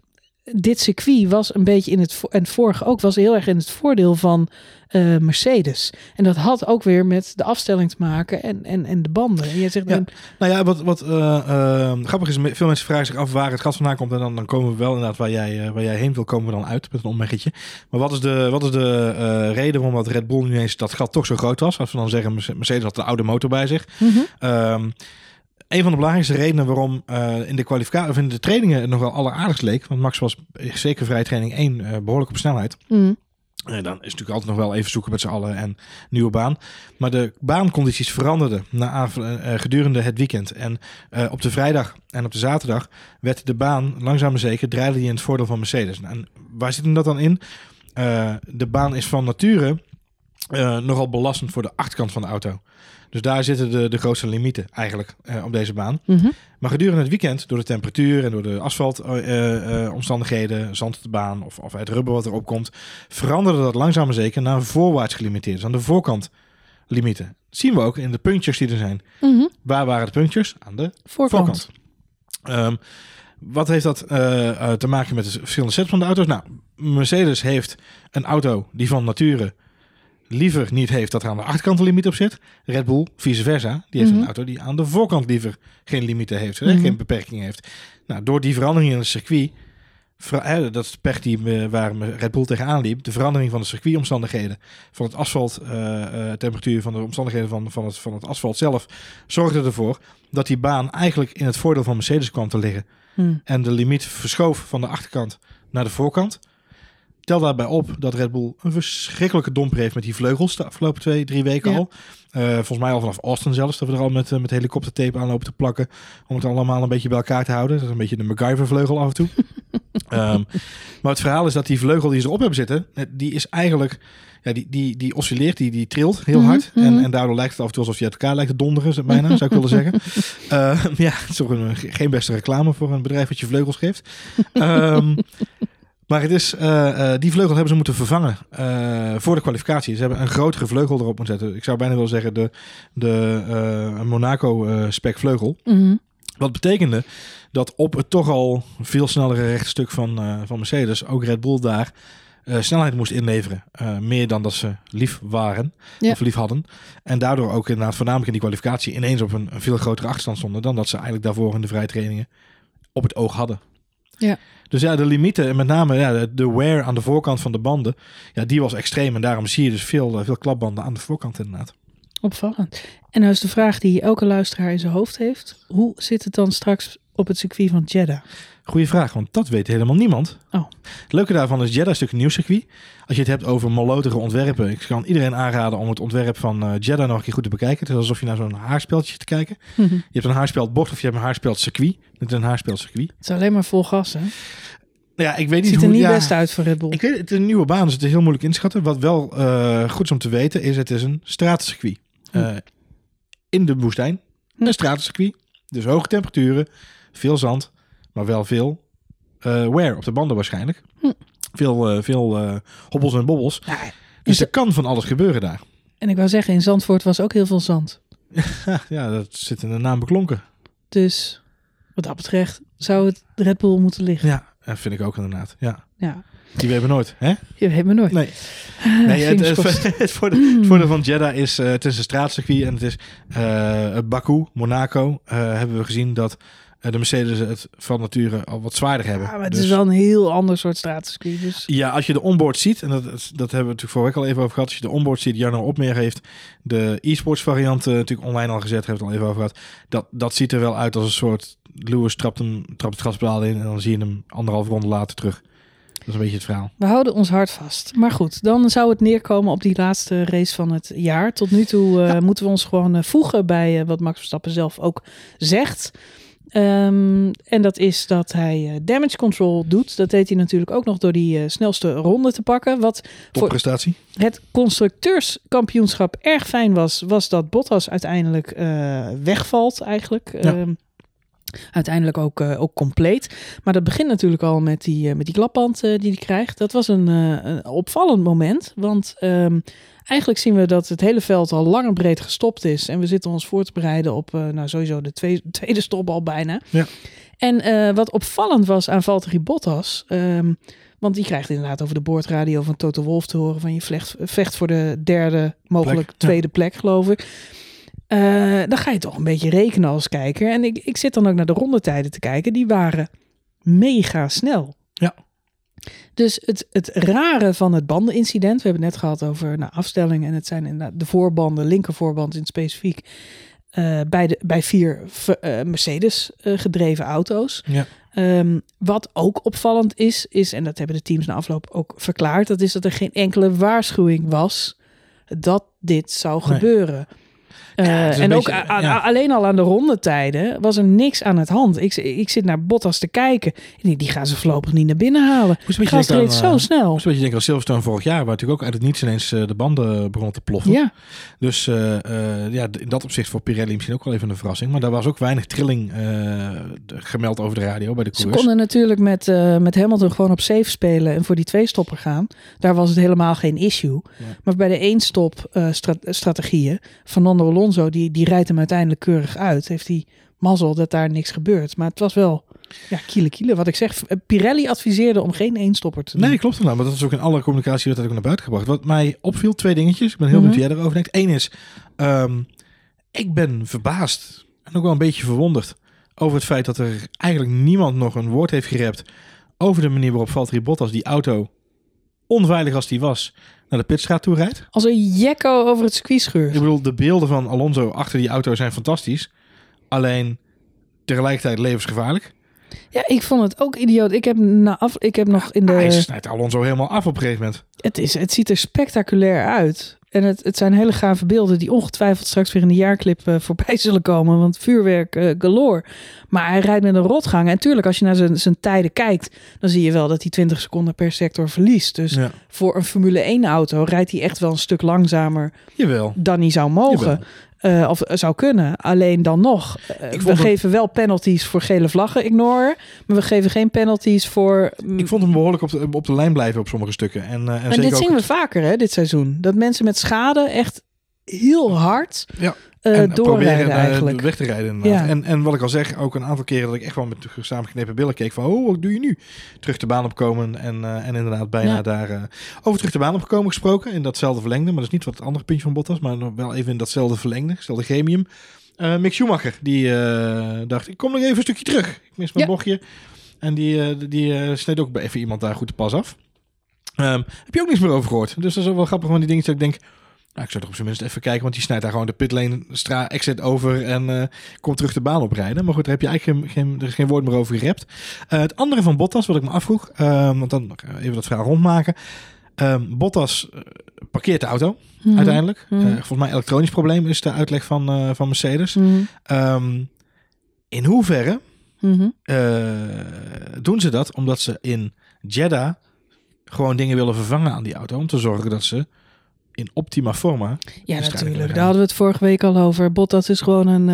dit circuit was een beetje in het, en het vorige ook, was heel erg in het voordeel van uh, Mercedes. En dat had ook weer met de afstelling te maken en, en, en de banden. En jij zegt ja. dan, nou ja, wat, wat uh, uh, grappig is, veel mensen vragen zich af waar het gas vandaan komt. En dan, dan komen we wel inderdaad waar jij, uh, waar jij heen wil, komen we dan uit met een omweggetje. Maar wat is de, wat is de uh, reden waarom dat Red Bull nu eens dat gat toch zo groot was? Als we dan zeggen, Mercedes had de oude motor bij zich. Mm-hmm. Um, Een van de belangrijkste redenen waarom uh, in de kwalificatie of in de trainingen het nog wel alleraardigst leek, want Max was zeker vrij training één uh, behoorlijk op snelheid. Mm. Uh, dan is het natuurlijk altijd nog wel even zoeken met z'n allen en nieuwe baan. Maar de baancondities veranderden na, uh, gedurende het weekend. En uh, op de vrijdag en op de zaterdag werd de baan langzaam maar zeker draaide die in het voordeel van Mercedes. En waar zit hem dat dan in? Uh, de baan is van nature uh, nogal belastend voor de achterkant van de auto. Dus daar zitten de, de grootste limieten eigenlijk uh, op deze baan. Mm-hmm. Maar gedurende het weekend, door de temperatuur en door de asfaltomstandigheden, uh, uh, omstandigheden, zand op de baan of, of het rubber wat erop komt, veranderde dat langzaam maar zeker naar voorwaarts gelimiteerd. Dus aan de voorkant limieten. Dat zien we ook in de punctures die er zijn. Mm-hmm. Waar waren de punctures? Aan de voorkant. voorkant. Um, wat heeft dat uh, uh, te maken met de verschillende sets van de auto's? Nou, Mercedes heeft een auto die van nature liever niet heeft dat er aan de achterkant een limiet op zit. Red Bull, vice versa. Die heeft mm-hmm. een auto die aan de voorkant liever geen limieten heeft. Mm-hmm. Geen beperking heeft. Nou, door die verandering in het circuit, ver, dat is de pech die, uh, waar Red Bull tegenaan liep, de verandering van de circuitomstandigheden, van het asfalt, uh, uh, temperatuur, van de omstandigheden van, van, het, van het asfalt zelf, zorgde ervoor dat die baan eigenlijk in het voordeel van Mercedes kwam te liggen. Mm. En de limiet verschoof van de achterkant naar de voorkant. tel daarbij op dat Red Bull een verschrikkelijke domper heeft met die vleugels de afgelopen twee, drie weken Ja. al. Uh, volgens mij al vanaf Austin zelfs, dat we er al met, uh, met helikoptertape aan lopen te plakken om het allemaal een beetje bij elkaar te houden. Dat is een beetje de MacGyver-vleugel af en toe. um, maar het verhaal is dat die vleugel die ze erop hebben zitten, die is eigenlijk... Ja, die, die, die oscilleert, die, die trilt heel Mm-hmm, hard. En, en daardoor lijkt het af en toe alsof je uit elkaar lijkt te donderen, zo bijna, zou ik willen zeggen. Uh, ja, het is toch een, geen beste reclame voor een bedrijf dat je vleugels geeft. Um, maar het is, uh, uh, die vleugel hebben ze moeten vervangen uh, voor de kwalificatie. Ze hebben een grotere vleugel erop moeten zetten. Ik zou bijna willen zeggen de, de uh, Monaco uh, spec vleugel. Mm-hmm. Wat betekende dat op het toch al veel snellere rechtstuk van, uh, van Mercedes ook Red Bull daar Uh, snelheid moest inleveren. Uh, meer dan dat ze lief waren. Ja. Of lief hadden. En daardoor ook inderdaad voornamelijk in die kwalificatie ineens op een, een veel grotere achterstand stonden dan dat ze eigenlijk daarvoor in de vrije trainingen op het oog hadden. Ja. Dus ja, de limieten en met name ja, de, de wear aan de voorkant van de banden, ja, die was extreem. En daarom zie je dus veel, veel klapbanden aan de voorkant inderdaad. Opvallend. En nou is de vraag die elke luisteraar in zijn hoofd heeft. Hoe zit het dan straks op het circuit van Jeddah? Goeie vraag, want dat weet helemaal niemand. Oh. Het leuke daarvan is Jeddah is natuurlijk een nieuw circuit. Als je het hebt over molotige ontwerpen. Ik kan iedereen aanraden om het ontwerp van uh, Jeddah nog een keer goed te bekijken. Het is alsof je naar zo'n haarspeltje te kijken. Mm-hmm. Je hebt een haarspeldbocht of je hebt een haarspeldcircuit. Dit is een haarspeldcircuit. Het is alleen maar vol gas, hè? Ja, ik weet niet het ziet hoe, er niet ja, best uit voor Red Bull. Ik weet, het is een nieuwe baan, dus het is heel moeilijk inschatten. Wat wel uh, goed is om te weten is, het is een stratencircuit. Uh, hm. In de woestijn. Hm. Een stratencircuit. Dus hoge temperaturen, veel zand, maar wel veel uh, wear op de banden waarschijnlijk. Hm. Veel, uh, veel uh, hobbels en bobbels. Ja, dus er kan van alles gebeuren daar. En ik wou zeggen, in Zandvoort was ook heel veel zand. Ja, dat zit in de naam beklonken. Dus wat dat betreft zou het Red Bull moeten liggen. Ja, dat vind ik ook inderdaad. Ja. Ja. Die weet me nooit, hè? Je weet me nooit. Nee. nee het, het, het, voordeel, het voordeel van Jeddah is, uh, het is een straatcircuit en het is uh, Baku, Monaco, uh, hebben we gezien dat uh, de Mercedes het van nature al wat zwaarder hebben. Ja, maar het dus, is wel een heel ander soort straatcircuit. Dus. Ja, als je de onboard ziet, en dat, dat hebben we natuurlijk vorige week al even over gehad, als je de onboard ziet, Jarno Opmeer heeft de e-sports variant uh, natuurlijk online al gezet, hebben we het al even over gehad. Dat, dat ziet er wel uit als een soort, Lewis trapt, hem, trapt het gaspedaal in en dan zie je hem anderhalf ronde later terug. Dat is een beetje het verhaal. We houden ons hart vast. Maar goed, dan zou het neerkomen op die laatste race van het jaar. Tot nu toe uh, ja. moeten we ons gewoon uh, voegen bij uh, wat Max Verstappen zelf ook zegt. Um, en dat is dat hij uh, damage control doet. Dat deed hij natuurlijk ook nog door die uh, snelste ronde te pakken. Wat topprestatie. Voor het constructeurskampioenschap erg fijn was, was dat Bottas uiteindelijk uh, wegvalt eigenlijk. Ja. Um, Uiteindelijk ook, uh, ook compleet. Maar dat begint natuurlijk al met die, uh, met die klapband uh, die hij krijgt. Dat was een, uh, een opvallend moment. Want um, eigenlijk zien we dat het hele veld al lang en breed gestopt is. En we zitten ons voor te bereiden op uh, nou, sowieso de twee, tweede stop al bijna. Ja. En uh, wat opvallend was aan Valtteri Bottas... Um, want die krijgt inderdaad over de boordradio van Toto Wolff te horen... van je vecht, vecht voor de derde, mogelijk plek, tweede ja. plek, geloof ik... Uh, dan ga je toch een beetje rekenen als kijker. En ik, ik zit dan ook naar de rondetijden te kijken. Die waren mega snel. Ja. Dus het, het rare van het bandenincident. We hebben het net gehad over nou, afstelling. En het zijn inderdaad de voorbanden, linkervoorband in het specifiek. Uh, bij, de, bij vier uh, Mercedes uh, gedreven auto's. Ja. Um, wat ook opvallend is, is, en dat hebben de teams na afloop ook verklaard. Dat is dat er geen enkele waarschuwing was dat dit zou nee. gebeuren. Uh, ja, en ook beetje, a- a- ja. alleen al aan de rondetijden was er niks aan het hand. Ik, ik zit naar Bottas te kijken. En die gaan ze voorlopig niet naar binnen halen. Het gaat reed zo snel. Moest een beetje denken als Silverstone vorig jaar, waar natuurlijk ook uit het niets ineens uh, de banden begonnen te ploffen. Ja. Dus uh, uh, ja, in dat opzicht voor Pirelli misschien ook wel even een verrassing. Maar daar was ook weinig trilling uh, gemeld over de radio bij de coureurs. Ze konden natuurlijk met, uh, met Hamilton gewoon op safe spelen en voor die twee-stopper gaan. Daar was het helemaal geen issue. Ja. Maar bij de één-stop uh, stra- strategieën, Fernando Alonso Zo, die, die rijdt hem uiteindelijk keurig uit. Heeft hij mazzel dat daar niks gebeurt. Maar het was wel ja, kiele kiele. Wat ik zeg, Pirelli adviseerde om geen eenstopper te doen. Nee, klopt inderdaad. Maar dat is ook in alle communicatie werd dat ook naar buiten gebracht. Wat mij opviel, twee dingetjes. Ik ben heel benieuwd mm-hmm. wie jij erover denkt. Eén is, um, ik ben verbaasd en ook wel een beetje verwonderd over het feit dat er eigenlijk niemand nog een woord heeft gerept over de manier waarop Valtteri Bottas die auto, onveilig als die was, naar de pitstraat toe rijdt. Als een jekko over het circuit scheurt. Ik bedoel, de beelden van Alonso achter die auto zijn fantastisch. Alleen tegelijkertijd levensgevaarlijk. Ja, ik vond het ook idioot. Ik heb, na af, ik heb nog in de... Hij snijdt Alonso helemaal af op een gegeven moment. Het, is, het ziet er spectaculair uit. En het, het zijn hele gave beelden die ongetwijfeld straks weer in de jaarclip uh, voorbij zullen komen. Want vuurwerk uh, galore. Maar hij rijdt met een rotgang. En tuurlijk, als je naar zijn, zijn tijden kijkt, dan zie je wel dat hij twintig seconden per sector verliest. Dus ja. voor een Formule één auto rijdt hij echt wel een stuk langzamer Jawel. dan hij zou mogen. Uh, of zou kunnen. Alleen dan nog. Uh, we geven hem... wel penalties voor gele vlaggen, ignore. Maar we geven geen penalties voor... Ik vond hem behoorlijk op de, op de lijn blijven op sommige stukken. En, uh, en, en dit zien we het... vaker hè, dit seizoen. Dat mensen met schade echt heel hard ja. uh, doorrijden eigenlijk. Uh, weg te rijden. Ja. En, en wat ik al zeg, ook een aantal keren dat ik echt wel met samengeknepen billen keek van, oh, wat doe je nu? Terug de baan opkomen en, uh, en inderdaad bijna ja. daar uh, over terug de baan opgekomen gesproken. In datzelfde verlengde, maar dat is niet wat het andere puntje van Bottas, maar nog wel even in datzelfde verlengde, hetzelfde gremium. Uh, Mick Schumacher, die uh, dacht, ik kom nog even een stukje terug. Ik mis mijn ja. bochtje. En die, uh, die uh, sneed ook even iemand daar goed de pas af. Um, heb je ook niks meer over gehoord. Dus dat is wel grappig van die dingen dat ik denk, nou, ik zou toch op zijn minst even kijken, want die snijdt daar gewoon de pitlane stra exit over en uh, komt terug de baan oprijden. Maar goed, daar heb je eigenlijk geen, geen, er is geen woord meer over gerept. Uh, het andere van Bottas, wat ik me afvroeg, uh, want dan even dat verhaal rondmaken. Uh, Bottas uh, parkeert de auto mm-hmm. uiteindelijk. Mm-hmm. Uh, volgens mij elektronisch probleem is de uitleg van, uh, van Mercedes. Mm-hmm. Um, in hoeverre mm-hmm. uh, doen ze dat omdat ze in Jeddah gewoon dingen willen vervangen aan die auto, om te zorgen dat ze in optima forma. Ja, natuurlijk. Daar hadden we het vorige week al over. Bottas is gewoon een,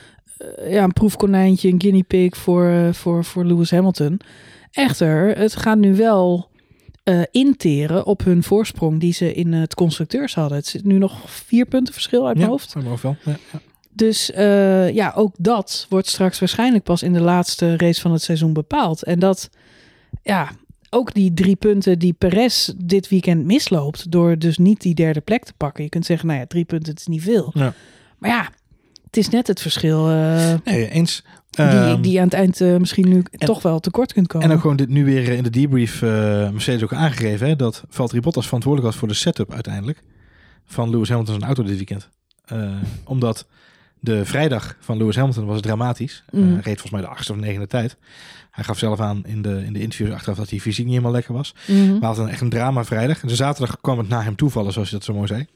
uh, ja, een proefkonijntje, een guinea pig voor, uh, voor, voor Lewis Hamilton. Echter, het gaat nu wel uh, interen op hun voorsprong die ze in het constructeurs hadden. Het zit nu nog vier punten verschil uit mijn ja, hoofd. Uit mijn hoofd wel. Ja, ja. Dus uh, ja, ook dat wordt straks waarschijnlijk pas in de laatste race van het seizoen bepaald. En dat, ja, ook die drie punten die Perez dit weekend misloopt, door dus niet die derde plek te pakken. Je kunt zeggen, nou ja, drie punten, het is niet veel. Ja. Maar ja, het is net het verschil uh, nee, eens, uh, die, die aan het eind uh, misschien nu en, toch wel tekort kunt komen. En ook gewoon dit nu weer in de debrief uh, Mercedes ook aangegeven, hè, dat Valtteri Bottas verantwoordelijk was voor de setup uiteindelijk van Lewis Hamilton zijn auto dit weekend. Uh, omdat de vrijdag van Lewis Hamilton was dramatisch. Mm. Uh, reed volgens mij de achtste of negende tijd. Hij gaf zelf aan in de, in de interviews achteraf dat hij fysiek niet helemaal lekker was. Mm-hmm. Maar had een echt een drama vrijdag. En de zaterdag kwam het naar hem toevallen, zoals je dat zo mooi zei.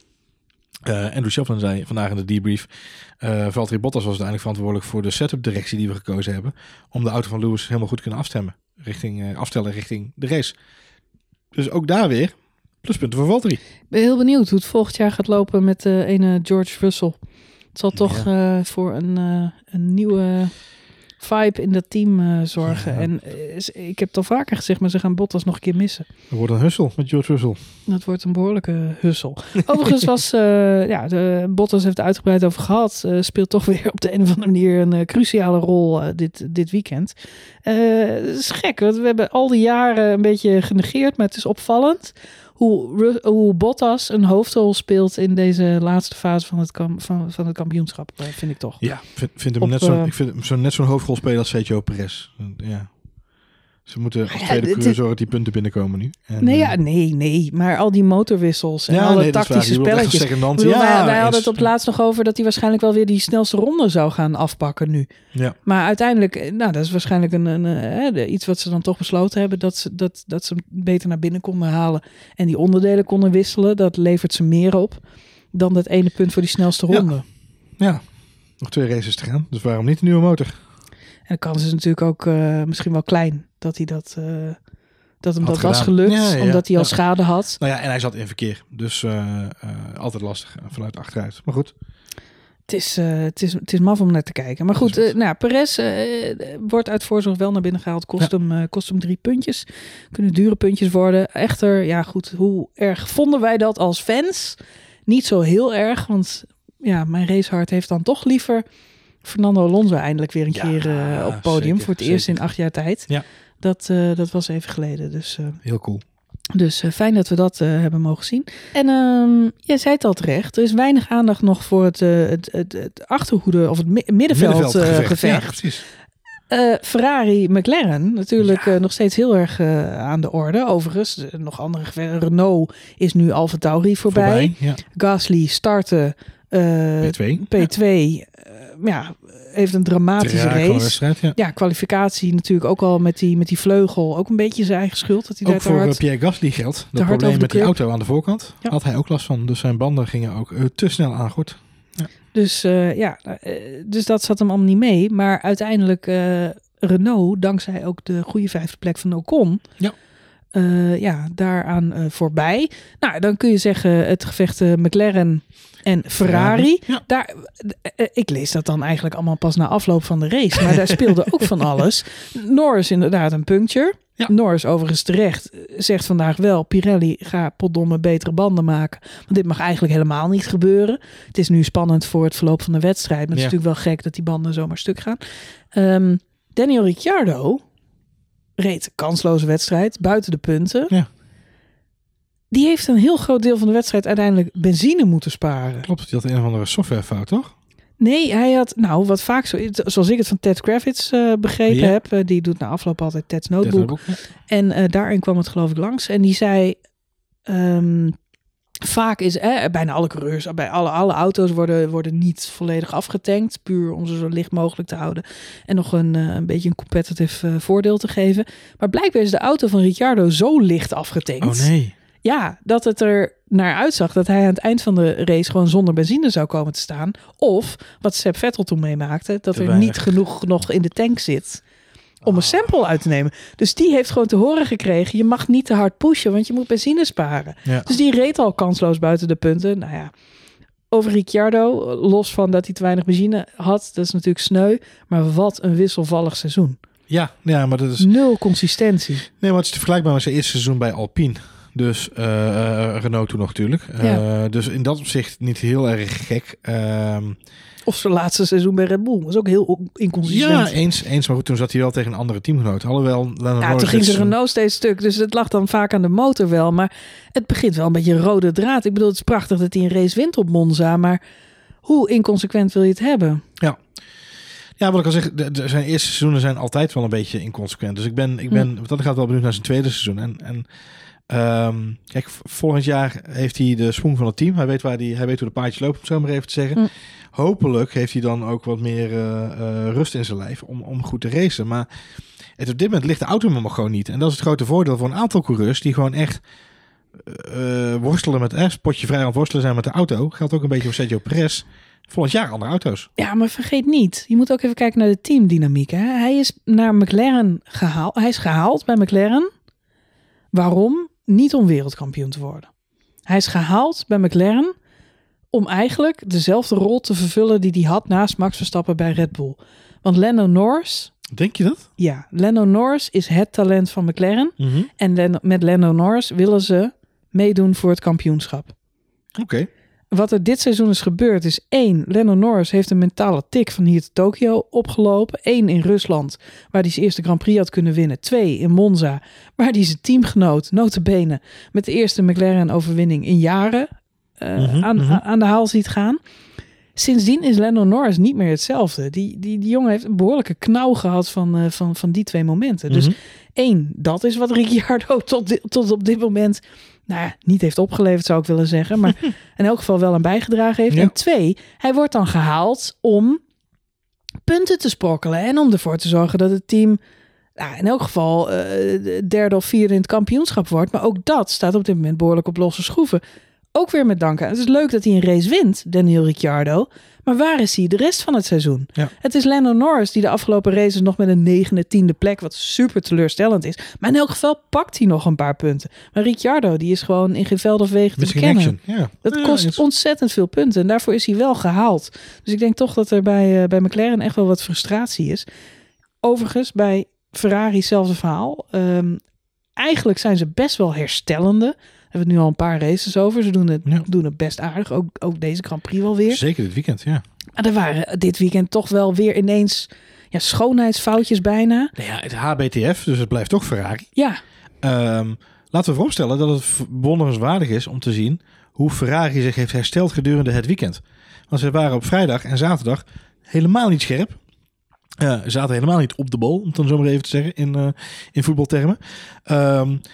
Uh, Andrew Shelton zei vandaag in de debrief, uh, Valtteri Bottas was uiteindelijk verantwoordelijk voor de setup directie die we gekozen hebben. Om de auto van Lewis helemaal goed te kunnen afstemmen. Richting, uh, afstellen richting de race. Dus ook daar weer pluspunten voor Valtteri. Ik ben heel benieuwd hoe het volgend jaar gaat lopen met de ene George Russell. Het zal toch ja. uh, voor een, uh, een nieuwe vibe in dat team uh, zorgen. Ja. En uh, ik heb het al vaker gezegd, maar ze gaan Bottas nog een keer missen. Dat wordt een hussel met George Russell. Dat wordt een behoorlijke hussel. Overigens was, uh, ja, de Bottas heeft er uitgebreid over gehad. Uh, speelt toch weer op de een of andere manier een uh, cruciale rol uh, dit, dit weekend. Uh, het is gek, want we hebben al die jaren een beetje genegeerd, maar het is opvallend hoe, hoe Bottas een hoofdrol speelt in deze laatste fase van het, kam, van, van het kampioenschap, vind ik toch. Ja, vind, vind hem Op, net zo, uh, ik vind hem zo, net zo'n hoofdrol spelen als Sergio Perez. Ja. Ze moeten als tweede ja, coureur zorgen dat die punten binnenkomen nu. En, nee, ja, nee, nee. Maar al die motorwissels en ja, alle nee, tactische spelletjes. Bedoel, ja, wij, wij hadden het op het laatst nog over dat hij waarschijnlijk wel weer die snelste ronde zou gaan afpakken nu. Ja. Maar uiteindelijk, nou, dat is waarschijnlijk een, een, een, een, iets wat ze dan toch besloten hebben. Dat ze, dat, dat ze hem beter naar binnen konden halen. En die onderdelen konden wisselen. Dat levert ze meer op dan dat ene punt voor die snelste ronde. Ja, ja. Nog twee races te gaan. Dus waarom niet een nieuwe motor? En de kans is natuurlijk ook uh, misschien wel klein dat hij dat, uh, dat hem had dat gedaan. was gelukt, ja, ja, omdat hij al ja. schade had. Nou ja, en hij zat in verkeer, dus uh, uh, altijd lastig vanuit achteruit. Maar goed. Het is, uh, het is, het is maf om naar te kijken. Maar goed, uh, nou, Perez uh, wordt uit voorzorg wel naar binnen gehaald. Kost, ja. hem, uh, kost hem drie puntjes. Kunnen dure puntjes worden. Echter, ja goed, hoe erg vonden wij dat als fans? Niet zo heel erg, want ja, mijn racehart heeft dan toch liever Fernando Alonso eindelijk weer een ja, keer uh, op het podium. Zeker, voor het zeker. eerst in acht jaar tijd. Ja. Dat, uh, dat was even geleden. Dus, uh, heel cool. Dus uh, fijn dat we dat uh, hebben mogen zien. En uh, jij zei het al terecht. Er is weinig aandacht nog voor het, uh, het, het, het achterhoede of het mi- middenveld, middenveld uh, gevecht. Ja, precies. Uh, Ferrari, McLaren, natuurlijk ja. uh, nog steeds heel erg uh, aan de orde. Overigens, uh, nog andere gevechten. Renault is nu AlphaTauri voorbij. voorbij ja. Gasly startte Uh, P twee. P twee, ja. Uh, ja, heeft een dramatische race. Ja. ja, kwalificatie natuurlijk ook al met die, met die vleugel. Ook een beetje zijn eigen schuld. Dat hij ook daar voor hard, Pierre Gasly geldt. Dat probleem met die curb. auto aan de voorkant. Ja. Had hij ook last van. Dus zijn banden gingen ook uh, te snel aan. Goed. Ja. Dus uh, ja, uh, dus dat zat hem allemaal niet mee. Maar uiteindelijk uh, Renault, dankzij ook de goede vijfde plek van Ocon... Ja. Uh, ja, daaraan uh, voorbij. Nou, dan kun je zeggen het gevecht uh, McLaren en Ferrari. Ja. Daar, uh, ik lees dat dan eigenlijk allemaal pas na afloop van de race. Maar daar speelde ook van alles. Norris inderdaad een puncture. Ja. Norris overigens terecht zegt vandaag wel... Pirelli, ga potdomme betere banden maken. Want dit mag eigenlijk helemaal niet gebeuren. Het is nu spannend voor het verloop van de wedstrijd. Maar het ja. is natuurlijk wel gek dat die banden zomaar stuk gaan. Um, Daniel Ricciardo... reed een kansloze wedstrijd, buiten de punten. Ja. Die heeft een heel groot deel van de wedstrijd uiteindelijk benzine moeten sparen. Klopt, die had een of andere softwarefout, toch? Nee, hij had, nou, wat vaak zo, zoals ik het van Ted Kravitz uh, begrepen ja. heb. Uh, die doet na afloop altijd Ted's Notebook. Ted ja. En uh, daarin kwam het geloof ik langs. En die zei... Um, Vaak is, eh, bijna alle coureurs, bij alle, alle auto's worden, worden niet volledig afgetankt. Puur om ze zo licht mogelijk te houden. En nog een, uh, een beetje een competitive uh, voordeel te geven. Maar blijkbaar is de auto van Ricciardo zo licht afgetankt. Oh nee. Ja, dat het er naar uitzag dat hij aan het eind van de race gewoon zonder benzine zou komen te staan. Of, wat Seb Vettel toen meemaakte, dat er niet genoeg nog in de tank zit om een sample uit te nemen. Dus die heeft gewoon te horen gekregen... je mag niet te hard pushen, want je moet benzine sparen. Ja. Dus die reed al kansloos buiten de punten. Nou ja, over Ricciardo, los van dat hij te weinig benzine had... dat is natuurlijk sneu, maar wat een wisselvallig seizoen. Ja, ja maar dat is... Nul consistentie. Nee, maar het is te vergelijkbaar met zijn eerste seizoen bij Alpine. Dus uh, uh, Renault toen nog natuurlijk. Ja. Uh, dus in dat opzicht niet heel erg gek... Uh, Of zijn laatste seizoen bij Red Bull. Dat is ook heel inconsistent. Ja, eens. eens maar goed, toen zat hij wel tegen een andere teamgenoot. Alhoewel... Ja, toen ging ze Renault steeds stuk. Dus het lag dan vaak aan de motor wel. Maar het begint wel een beetje een rode draad. Ik bedoel, het is prachtig dat hij een race wint op Monza. Maar hoe inconsequent wil je het hebben? Ja. Ja, wat ik al zeg, de, de, zijn eerste seizoenen zijn altijd wel een beetje inconsequent. Dus ik ben, ik ben hm. dat gaat wel benieuwd naar zijn tweede seizoen. En... en Um, kijk, volgend jaar heeft hij de swing van het team. Hij weet waar die, hij weet hoe de paardjes lopen, om zo maar even te zeggen. Mm. Hopelijk heeft hij dan ook wat meer uh, uh, rust in zijn lijf om, om goed te racen. Maar het, op dit moment ligt de auto hem nog gewoon niet. En dat is het grote voordeel voor een aantal coureurs die gewoon echt uh, worstelen met, eh, spotje vrij aan het worstelen zijn met de auto. Geldt ook een beetje voor Sergio Perez. Volgend jaar andere auto's. Ja, maar vergeet niet. Je moet ook even kijken naar de teamdynamiek. Hè? Hij is naar McLaren gehaald. Hij is gehaald bij McLaren. Waarom? Niet om wereldkampioen te worden. Hij is gehaald bij McLaren om eigenlijk dezelfde rol te vervullen die hij had naast Max Verstappen bij Red Bull. Want Lando Norris... Denk je dat? Ja, Lando Norris is het talent van McLaren. Mm-hmm. En Lando, met Lando Norris willen ze meedoen voor het kampioenschap. Oké. Okay. Wat er dit seizoen is gebeurd is één, Lando Norris heeft een mentale tik van hier te Tokio opgelopen. Eén in Rusland, waar hij zijn eerste Grand Prix had kunnen winnen. Twee in Monza, waar hij zijn teamgenoot, nota bene, met de eerste McLaren-overwinning in jaren uh, mm-hmm, aan, mm-hmm. aan de haal ziet gaan. Sindsdien is Lando Norris niet meer hetzelfde. Die, die, die jongen heeft een behoorlijke knauw gehad van, uh, van, van die twee momenten. Mm-hmm. Dus één, dat is wat Ricciardo tot, di- tot op dit moment... nou ja, niet heeft opgeleverd zou ik willen zeggen, maar in elk geval wel aan bijgedragen heeft. Ja. En twee, hij wordt dan gehaald om punten te sprokkelen en om ervoor te zorgen dat het team nou, in elk geval uh, derde of vierde in het kampioenschap wordt. Maar ook dat staat op dit moment behoorlijk op losse schroeven. Ook weer met dank aan. Het is leuk dat hij een race wint, Daniel Ricciardo. Maar waar is hij de rest van het seizoen? Ja. Het is Lando Norris die de afgelopen races nog met een negende, tiende plek, wat super teleurstellend is. Maar in elk geval pakt hij nog een paar punten. Maar Ricciardo, die is gewoon in geen veld of wegen te bekennen. Ja. Dat ja, kost is... ontzettend veel punten. En daarvoor is hij wel gehaald. Dus ik denk toch dat er bij, uh, bij McLaren echt wel wat frustratie is. Overigens, bij Ferrari hetzelfde verhaal. Um, eigenlijk zijn ze best wel herstellende. We hebben het nu al een paar races over. Ze doen het, ja. doen het best aardig. Ook, ook deze Grand Prix wel weer. Zeker dit weekend, ja. Maar er waren dit weekend toch wel weer ineens ja, schoonheidsfoutjes bijna. Nou ja, het H B T F, dus het blijft toch Ferrari. Ja. Um, laten we vooropstellen dat het bewonderenswaardig is om te zien hoe Ferrari zich heeft hersteld gedurende het weekend. Want ze waren op vrijdag en zaterdag helemaal niet scherp. Uh, zaten helemaal niet op de bal, om het dan zo maar even te zeggen, in, uh, in voetbaltermen. Um,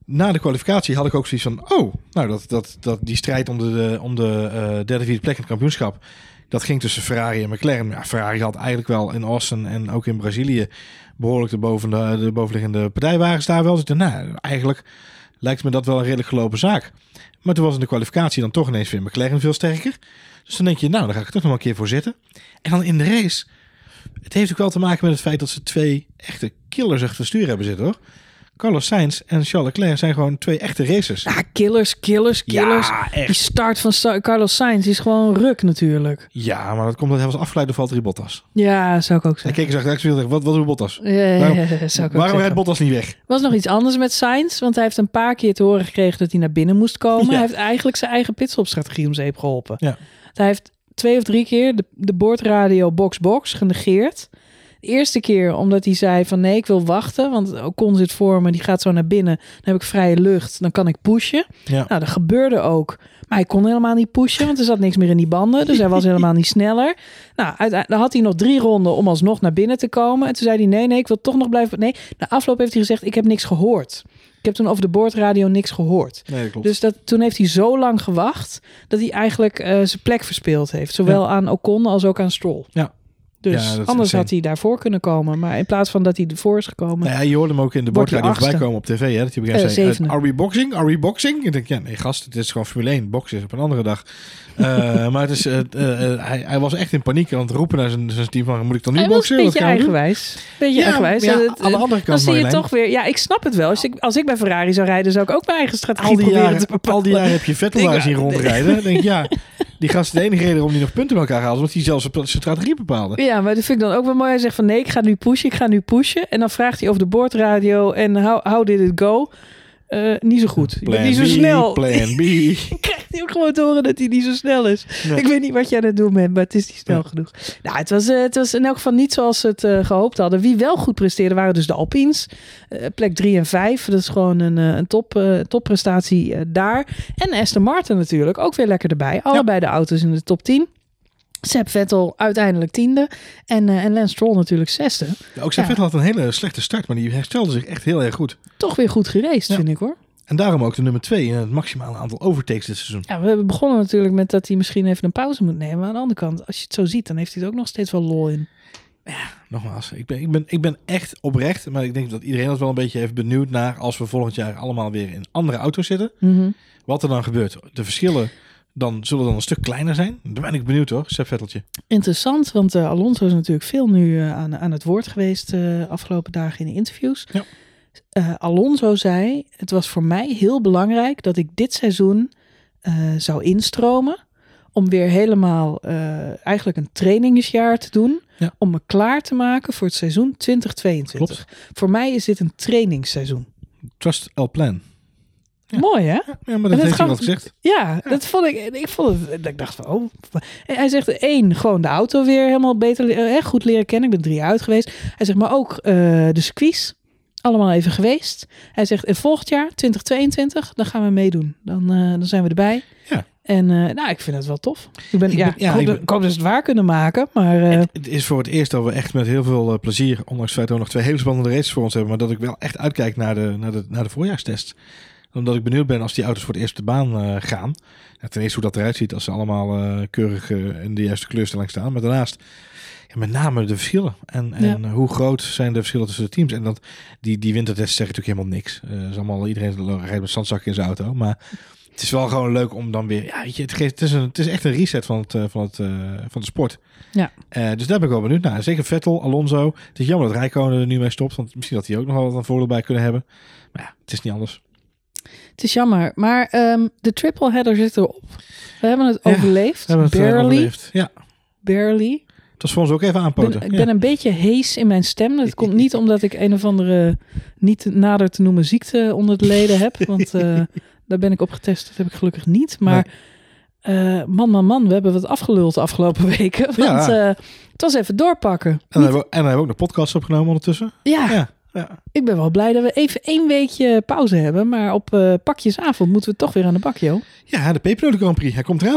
na de kwalificatie had ik ook zoiets van... oh, nou, dat, dat, dat die strijd om de, om de uh, derde, vierde plek in het kampioenschap... dat ging tussen Ferrari en McLaren. Ja, Ferrari had eigenlijk wel in Austin en ook in Brazilië... behoorlijk de, boven de, de bovenliggende partijwagens daar wel. Dus ik dacht, nou, eigenlijk lijkt me dat wel een redelijk gelopen zaak. Maar toen was in de kwalificatie dan toch ineens weer McLaren veel sterker. Dus dan denk je, nou, daar ga ik er toch nog een keer voor zitten. En dan in de race... het heeft ook wel te maken met het feit dat ze twee echte killers achter het stuur hebben zitten, hoor. Carlos Sainz en Charles Leclerc zijn gewoon twee echte racers. Ja, killers, killers, killers. Ja, echt. Die start van Sa- Carlos Sainz is gewoon ruk natuurlijk. Ja, maar dat komt omdat hij was afgeleid door Valtteri Bottas. Ja, zou ik ook Hij zeggen. keek eens achter de wat, wat doet Bottas? Ja, ja, waarom ja, zou ik ook waarom zeggen. rijdt Bottas niet weg? Er was nog iets anders met Sainz, want hij heeft een paar keer te horen gekregen dat hij naar binnen moest komen. Ja. Hij heeft eigenlijk zijn eigen pitstopstrategie om zeep geholpen. Ja. Hij heeft twee of drie keer de, de boordradio box-box genegeerd. De eerste keer omdat hij zei van nee, ik wil wachten, want Ocon zit voor me, die gaat zo naar binnen. Dan heb ik vrije lucht, dan kan ik pushen. Ja. Nou, dat gebeurde ook. Maar hij kon helemaal niet pushen, want er zat niks meer in die banden. Dus hij was helemaal niet sneller. Nou, uiteindelijk dan had hij nog drie ronden om alsnog naar binnen te komen. En toen zei hij nee, nee, ik wil toch nog blijven. Nee, na afloop heeft hij gezegd, ik heb niks gehoord. Ik heb toen over de boordradio niks gehoord. Nee, dat klopt. Dus dat, toen heeft hij zo lang gewacht dat hij eigenlijk uh, zijn plek verspeeld heeft. Zowel ja. aan Ocon als ook aan Stroll. Ja. Dus ja, anders had hij daarvoor kunnen komen. Maar in plaats van dat hij ervoor is gekomen... Nou ja, je hoorde hem ook in de boordradio voorbij komen op tv. Hè, dat hij op een gegeven moment zei, are we boxing? Are we boxing? Ik denk, ja, nee gast, het is gewoon Formule één. Boksen is op een andere dag. uh, maar het is, uh, uh, hij, hij was echt in paniek aan het roepen naar zijn, zijn team van, moet ik dan nu hij boksen? Hij was een beetje eigenwijs. Beetje ja, eigenwijs. Ja, het, aan de andere kant, dan zie je Marjolein. toch weer... Ja, ik snap het wel. Als ik, als ik bij Ferrari zou rijden, zou ik ook mijn eigen strategie al die proberen jaren, te bepalen. Al die jaren heb je Vettel daar zien rondrijden. Dan denk ik, ja, die gast is de enige reden waarom hij nog punten bij elkaar haalt, omdat hij zelfs zijn strategie bepaalde. Ja, maar dat vind ik dan ook wel mooi. Hij zegt van nee, ik ga nu pushen, ik ga nu pushen. En dan vraagt hij over de boordradio en how, how did it go? Uh, niet zo goed. Je bent niet zo B, snel. Plan B. Krijgt hij ook gewoon te horen dat hij niet zo snel is. Ja. Ik weet niet wat jij aan het doen bent, maar het is niet snel ja. genoeg. Nou, het was, uh, het was in elk geval niet zoals ze het uh, gehoopt hadden. Wie wel goed presteerde waren dus de Alpines. Uh, plek drie en vijf. Dat is gewoon een, uh, een top, uh, topprestatie uh, daar. En Aston Martin natuurlijk. Ook weer lekker erbij. Allebei ja. de auto's in de top tien. Seb Vettel uiteindelijk tiende. En, uh, en Lance Stroll natuurlijk zesde. Ja, ook Seb ja. Vettel had een hele slechte start, maar die herstelde zich echt heel erg goed. Toch weer goed geraced, ja. vind ik hoor. En daarom ook de nummer twee in het maximale aantal overtakes dit seizoen. Ja, we hebben begonnen natuurlijk met dat hij misschien even een pauze moet nemen. Maar aan de andere kant, als je het zo ziet, dan heeft hij er ook nog steeds wel lol in. Ja, nogmaals, ik ben, ik, ben, ik ben echt oprecht, maar ik denk dat iedereen dat wel een beetje heeft benieuwd naar als we volgend jaar allemaal weer in andere auto's zitten. Mm-hmm. Wat er dan gebeurt. De verschillen dan zullen dan een stuk kleiner zijn. Daar ben ik benieuwd hoor, Seb Vetteltje. Interessant, want uh, Alonso is natuurlijk veel nu uh, aan, aan het woord geweest uh, afgelopen dagen in de interviews. Ja. Uh, Alonso zei, het was voor mij heel belangrijk dat ik dit seizoen uh, zou instromen. Om weer helemaal uh, eigenlijk een trainingsjaar te doen. Ja. Om me klaar te maken voor het seizoen twintig tweeëntwintig. Klopt. Voor mij is dit een trainingsseizoen. Trust El Plan. Ja. Mooi hè? Ja, maar dat heeft hij wel gezegd. Ja, ja, dat vond ik. Ik vond het. Ik dacht van, oh. En hij zegt één, gewoon de auto weer helemaal beter, eh, goed leren kennen. Ik ben drie uit geweest. Hij zegt maar ook uh, de circuits. Allemaal even geweest. Hij zegt en volgend jaar twintig tweeëntwintig, dan gaan we meedoen. Dan, uh, dan zijn we erbij. Ja. En uh, nou, ik vind het wel tof. Ik, ben, ik, ja, ben, ja, ik, hoop, ik, ben, dat, ik hoop dat ze het waar kunnen maken. Maar uh, het, het is voor het eerst dat we echt met heel veel uh, plezier, ondanks het feit dat we nog twee hele spannende races voor ons hebben, maar dat ik wel echt uitkijk naar de, naar de, naar de voorjaarstest. Omdat ik benieuwd ben als die auto's voor het eerst op de baan uh, gaan. Ja, ten eerste hoe dat eruit ziet als ze allemaal uh, keurig uh, in de juiste kleurstelling staan. Maar daarnaast ja, met name de verschillen. En, en ja. hoe groot zijn de verschillen tussen de teams. En dat, die, die wintertest zeg ik natuurlijk helemaal niks. Uh, is allemaal, iedereen rijdt met zandzakken in zijn auto. Maar het is wel gewoon leuk om dan weer... Ja, weet je, het, geeft, het, is een, het is echt een reset van, het, uh, van, het, uh, van de sport. Ja. Uh, dus daar ben ik wel benieuwd naar. Zeker Vettel, Alonso. Het is jammer dat Räikkönen er nu mee stopt. Want misschien dat hij ook nog wel wat een voordeel bij kunnen hebben. Maar ja, het is niet anders. Het is jammer, maar um, de triple header zit erop. We hebben het ja, overleefd. We hebben het Barely. overleefd. Ja. Barely. Het was voor ons ook even aanpoten. Ik ben, ik ja. ben een beetje hees in mijn stem. Dat komt niet omdat ik een of andere niet nader te noemen ziekte onder de leden heb. Want uh, daar ben ik op getest. Dat heb ik gelukkig niet. Maar nee. uh, man, man, man. We hebben wat afgeluld de afgelopen weken. Want ja. uh, het was even doorpakken. En dan, hebben we, en dan hebben we ook nog podcasts opgenomen ondertussen. Ja. ja. Ja. Ik ben wel blij dat we even één weekje pauze hebben. Maar op uh, pakjesavond moeten we toch weer aan de bak, joh. Ja, de Pepernoten Grand Prix. Hij komt eraan.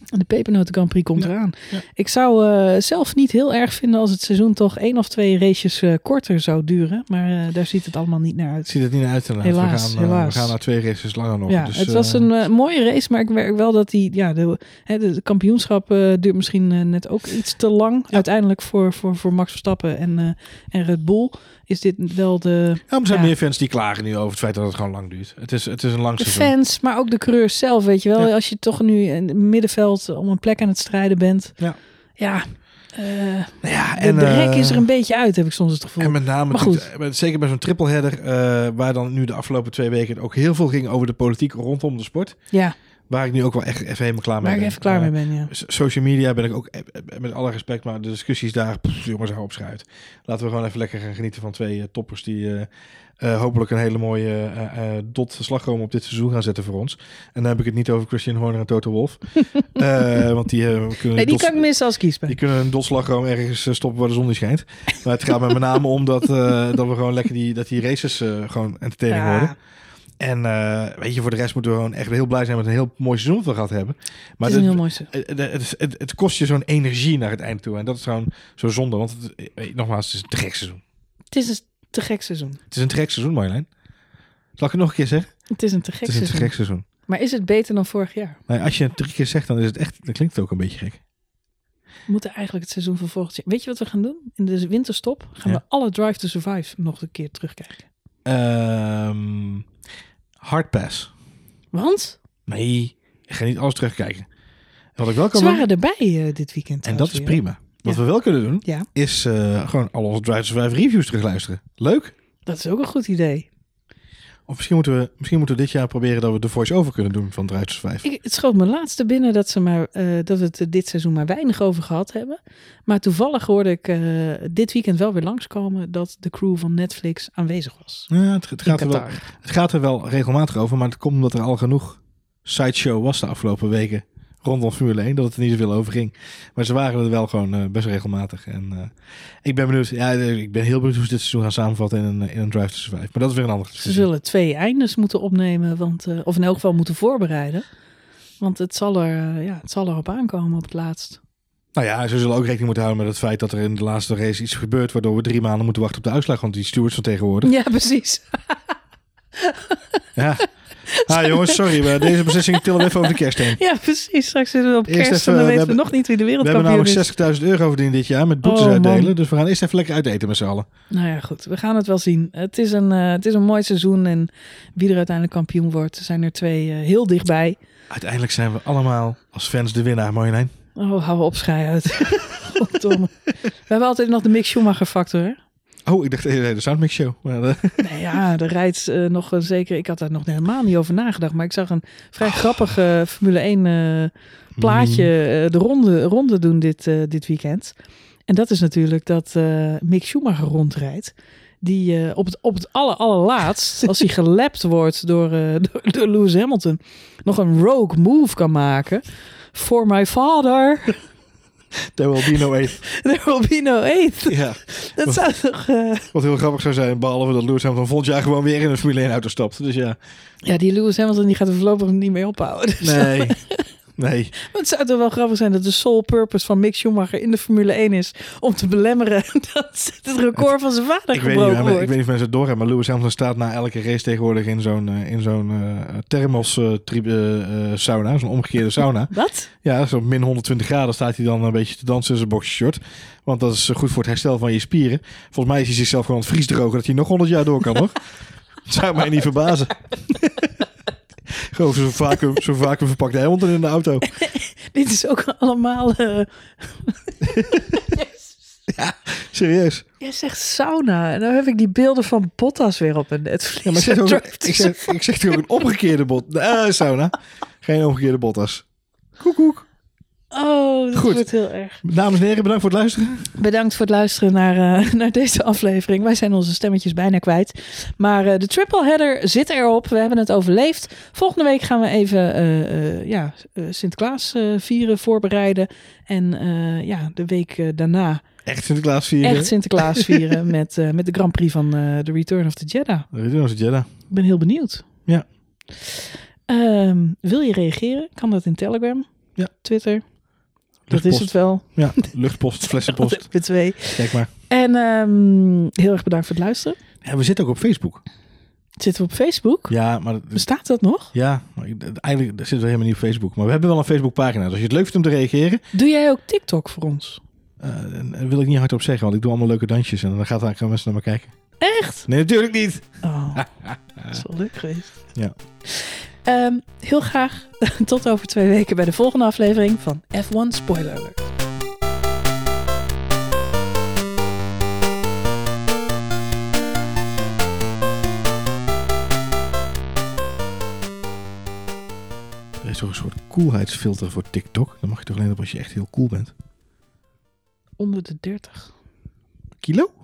De Pepernoten Grand Prix komt Ja. eraan. Ja. Ik zou uh, zelf niet heel erg vinden als het seizoen toch één of twee races uh, korter zou duren. Maar uh, daar ziet het allemaal niet naar uit. Ziet het niet naar uit inderdaad. Helaas, we, gaan, uh, helaas. we gaan naar twee races langer nog. Ja, dus, het was een uh, mooie race, maar ik merk wel dat die, ja, de, hè, de, de kampioenschap uh, duurt misschien uh, net ook iets te lang. Ja. Uiteindelijk voor, voor, voor Max Verstappen en, uh, en Red Bull is dit wel de... Ja, er zijn ja, meer fans die klagen nu over het feit dat het gewoon lang duurt. Het is, het is een lang de seizoen. fans, maar ook de coureurs zelf, weet je wel. Ja. Als je toch nu in het middenveld om een plek aan het strijden bent. Ja. Ja, uh, ja de, en, de rek uh, is er een beetje uit, heb ik soms het gevoel. En met name, maar goed. Met, zeker bij zo'n tripleheader, uh, waar dan nu de afgelopen twee weken ook heel veel ging over de politiek rondom de sport. Ja. Waar ik nu ook wel echt even helemaal klaar mee waar ben. Waar ik even klaar uh, mee ben, ja. Social media ben ik ook, met alle respect, maar de discussies daar, pff, jongens, hou op schuit. Laten we gewoon even lekker gaan genieten van twee uh, toppers die uh, uh, hopelijk een hele mooie uh, uh, dot slagroom op dit seizoen gaan zetten voor ons. En dan heb ik het niet over Christian Horner en Toto Wolff. uh, want die uh, kunnen... Nee, die dot, kan ik missen als kiespijn. Die kunnen een dot slagroom ergens uh, stoppen waar de zon niet schijnt. Maar het gaat me met name om dat, uh, dat we gewoon lekker die, dat die races uh, gewoon entertaining ja. worden. En uh, weet je, voor de rest moeten we gewoon echt heel blij zijn met een heel mooi seizoen dat we gehad hebben. Maar het is de, een heel mooi seizoen. Het, het, het, het kost je zo'n energie naar het eind toe. En dat is gewoon zo zonde. Want het, nogmaals, het is een te gek seizoen. Het is een te gek seizoen. Het is een te gek seizoen, Marjolein. Zal ik het nog een keer zeggen? Het is een te gek seizoen. Het is een seizoen. te gek seizoen. Maar is het beter dan vorig jaar? Nou, als je het drie keer zegt, dan is het echt, dan klinkt het ook een beetje gek. We moeten eigenlijk het seizoen van volgend jaar... Weet je wat we gaan doen? In de winterstop gaan ja. we alle Drive to Survive nog een keer terugkijken. Um, hard pass. Want? Nee, ik ga niet alles terugkijken. Wat ik wel kan Ze waren doen, erbij uh, dit weekend. En dat is weer. prima. Wat ja. we wel kunnen doen, ja. is uh, gewoon al onze Drive to Survive reviews terugluisteren. Leuk? Dat is ook een goed idee. Of misschien moeten we, misschien moeten we dit jaar proberen dat we de voice-over kunnen doen van Drive to Survive. Ik, het schoot me laatste binnen dat, ze maar, uh, dat we het dit seizoen maar weinig over gehad hebben. Maar toevallig hoorde ik uh, dit weekend wel weer langskomen dat de crew van Netflix aanwezig was. Ja, het, het, gaat er wel, het gaat er wel regelmatig over, maar het komt omdat er al genoeg sideshow was de afgelopen weken rondom Formule één, dat het er niet zoveel over ging. Maar ze waren er wel gewoon uh, best regelmatig. En uh, ik ben benieuwd, ja, ik ben heel benieuwd hoe ze dit seizoen gaan samenvatten in een, in een Drive to Survive. Maar dat is weer een andere discussie. Ze zullen twee eindes moeten opnemen, want, uh, of in elk geval moeten voorbereiden. Want het zal er, uh, ja, het zal erop aankomen op het laatst. Nou ja, ze zullen ook rekening moeten houden met het feit dat er in de laatste race iets gebeurt, waardoor we drie maanden moeten wachten op de uitslag, want die stewards van tegenwoordig. Ja, precies. Ja. Ah jongens, sorry, maar deze beslissing tillen we even over de kerst heen. Ja, precies. Straks zitten we op eerst kerst even, en dan we weten we hebben, nog niet wie de wereldkampioen is. We hebben namelijk zestigduizend euro verdiend dit jaar met boetes oh, uitdelen. Man. Dus we gaan eerst even lekker uit eten met z'n allen. Nou ja, goed. We gaan het wel zien. Het is een, uh, het is een mooi seizoen en wie er uiteindelijk kampioen wordt, zijn er twee uh, heel dichtbij. Uiteindelijk zijn we allemaal als fans de winnaar, Marjolein. Oh, hou op, schei uit. Goddomme. We hebben altijd nog de Mick Schumacher factor, hè? Oh, ik dacht de Soundmix Show. Maar de... Nee, ja, er rijdt uh, nog een zeker... Ik had daar nog helemaal niet over nagedacht. Maar ik zag een vrij oh. grappig uh, Formule één uh, plaatje uh, de ronde, ronde doen dit, uh, dit weekend. En dat is natuurlijk dat uh, Mick Schumacher rondrijdt. Die uh, op het, op het aller, allerlaatst, als hij gelapt wordt door, uh, door, door Lewis Hamilton, nog een rogue move kan maken. For my father... There will be no eighth. There will be no eighth. Ja. Dat wat, zou toch... Uh... Wat heel grappig zou zijn, behalve dat Lewis Hamilton volgend jaar gewoon weer in een Formule één auto stapt. Dus ja. Ja, die Lewis Hamilton die gaat er voorlopig niet mee ophouden. Dus nee, nee. Maar het zou toch wel grappig zijn dat de sole purpose van Mick Schumacher in de Formule één is om te belemmeren dat het record het, van zijn vader ik gebroken weet niet, wordt. Ik weet niet of mensen het doorhebben, maar Lewis Hamilton staat na elke race tegenwoordig in zo'n, uh, in zo'n uh, thermos uh, tri- uh, uh, sauna, zo'n omgekeerde sauna. Wat? Ja, zo'n min honderdtwintig graden staat hij dan een beetje te dansen in zijn boxershort. Want dat is goed voor het herstel van je spieren. Volgens mij is hij zichzelf gewoon vriesdrogen dat hij nog honderd jaar door kan, nog. Dat zou mij niet verbazen. Gewoon zo'n vacuüm, zo'n vacuüm verpakte Hamilton in de auto. Dit is ook allemaal... Uh... Ja, serieus. Jij zegt sauna. En dan heb ik die beelden van Bottas weer op een Netflix. Ja, maar ik zeg, ook, ik, zeg, ik zeg toch ook een omgekeerde bot. Uh, sauna. Geen omgekeerde Bottas. Koek, koek. Oh, dat Goed. wordt heel erg. Dames en heren, bedankt voor het luisteren. Bedankt voor het luisteren naar, uh, naar deze aflevering. Wij zijn onze stemmetjes bijna kwijt. Maar uh, de triple header zit erop. We hebben het overleefd. Volgende week gaan we even uh, uh, ja, uh, Sinterklaas uh, vieren, voorbereiden. En uh, ja, de week uh, daarna... Echt Sinterklaas vieren. Echt Sinterklaas vieren met, uh, met de Grand Prix van uh, The Return of the Jeddah. The Return of the Jeddah. Ik ben heel benieuwd. Ja. Um, wil je reageren? Kan dat in Telegram. Ja. Twitter. Dat Luchtpost. is het wel. Ja, luchtpost, flessenpost. De twee. Kijk maar. En um, heel erg bedankt voor het luisteren. Ja, we zitten ook op Facebook. Zitten we op Facebook? Ja, maar... Bestaat dat nog? Ja, maar eigenlijk zitten we helemaal niet op Facebook. Maar we hebben wel een Facebookpagina. Dus als je het leuk vindt om te reageren... Doe jij ook TikTok voor ons? Uh, daar wil ik niet hardop zeggen, want ik doe allemaal leuke dansjes. En dan gaat eigenlijk mensen naar me kijken. Echt? Nee, natuurlijk niet. Oh, dat is wel leuk geweest. Ja. Um, heel graag tot over twee weken bij de volgende aflevering van F één Spoiler Alert. Er is toch een soort coolheidsfilter voor TikTok. Dan mag je toch alleen op als je echt heel cool bent. Onder de dertig. Kilo?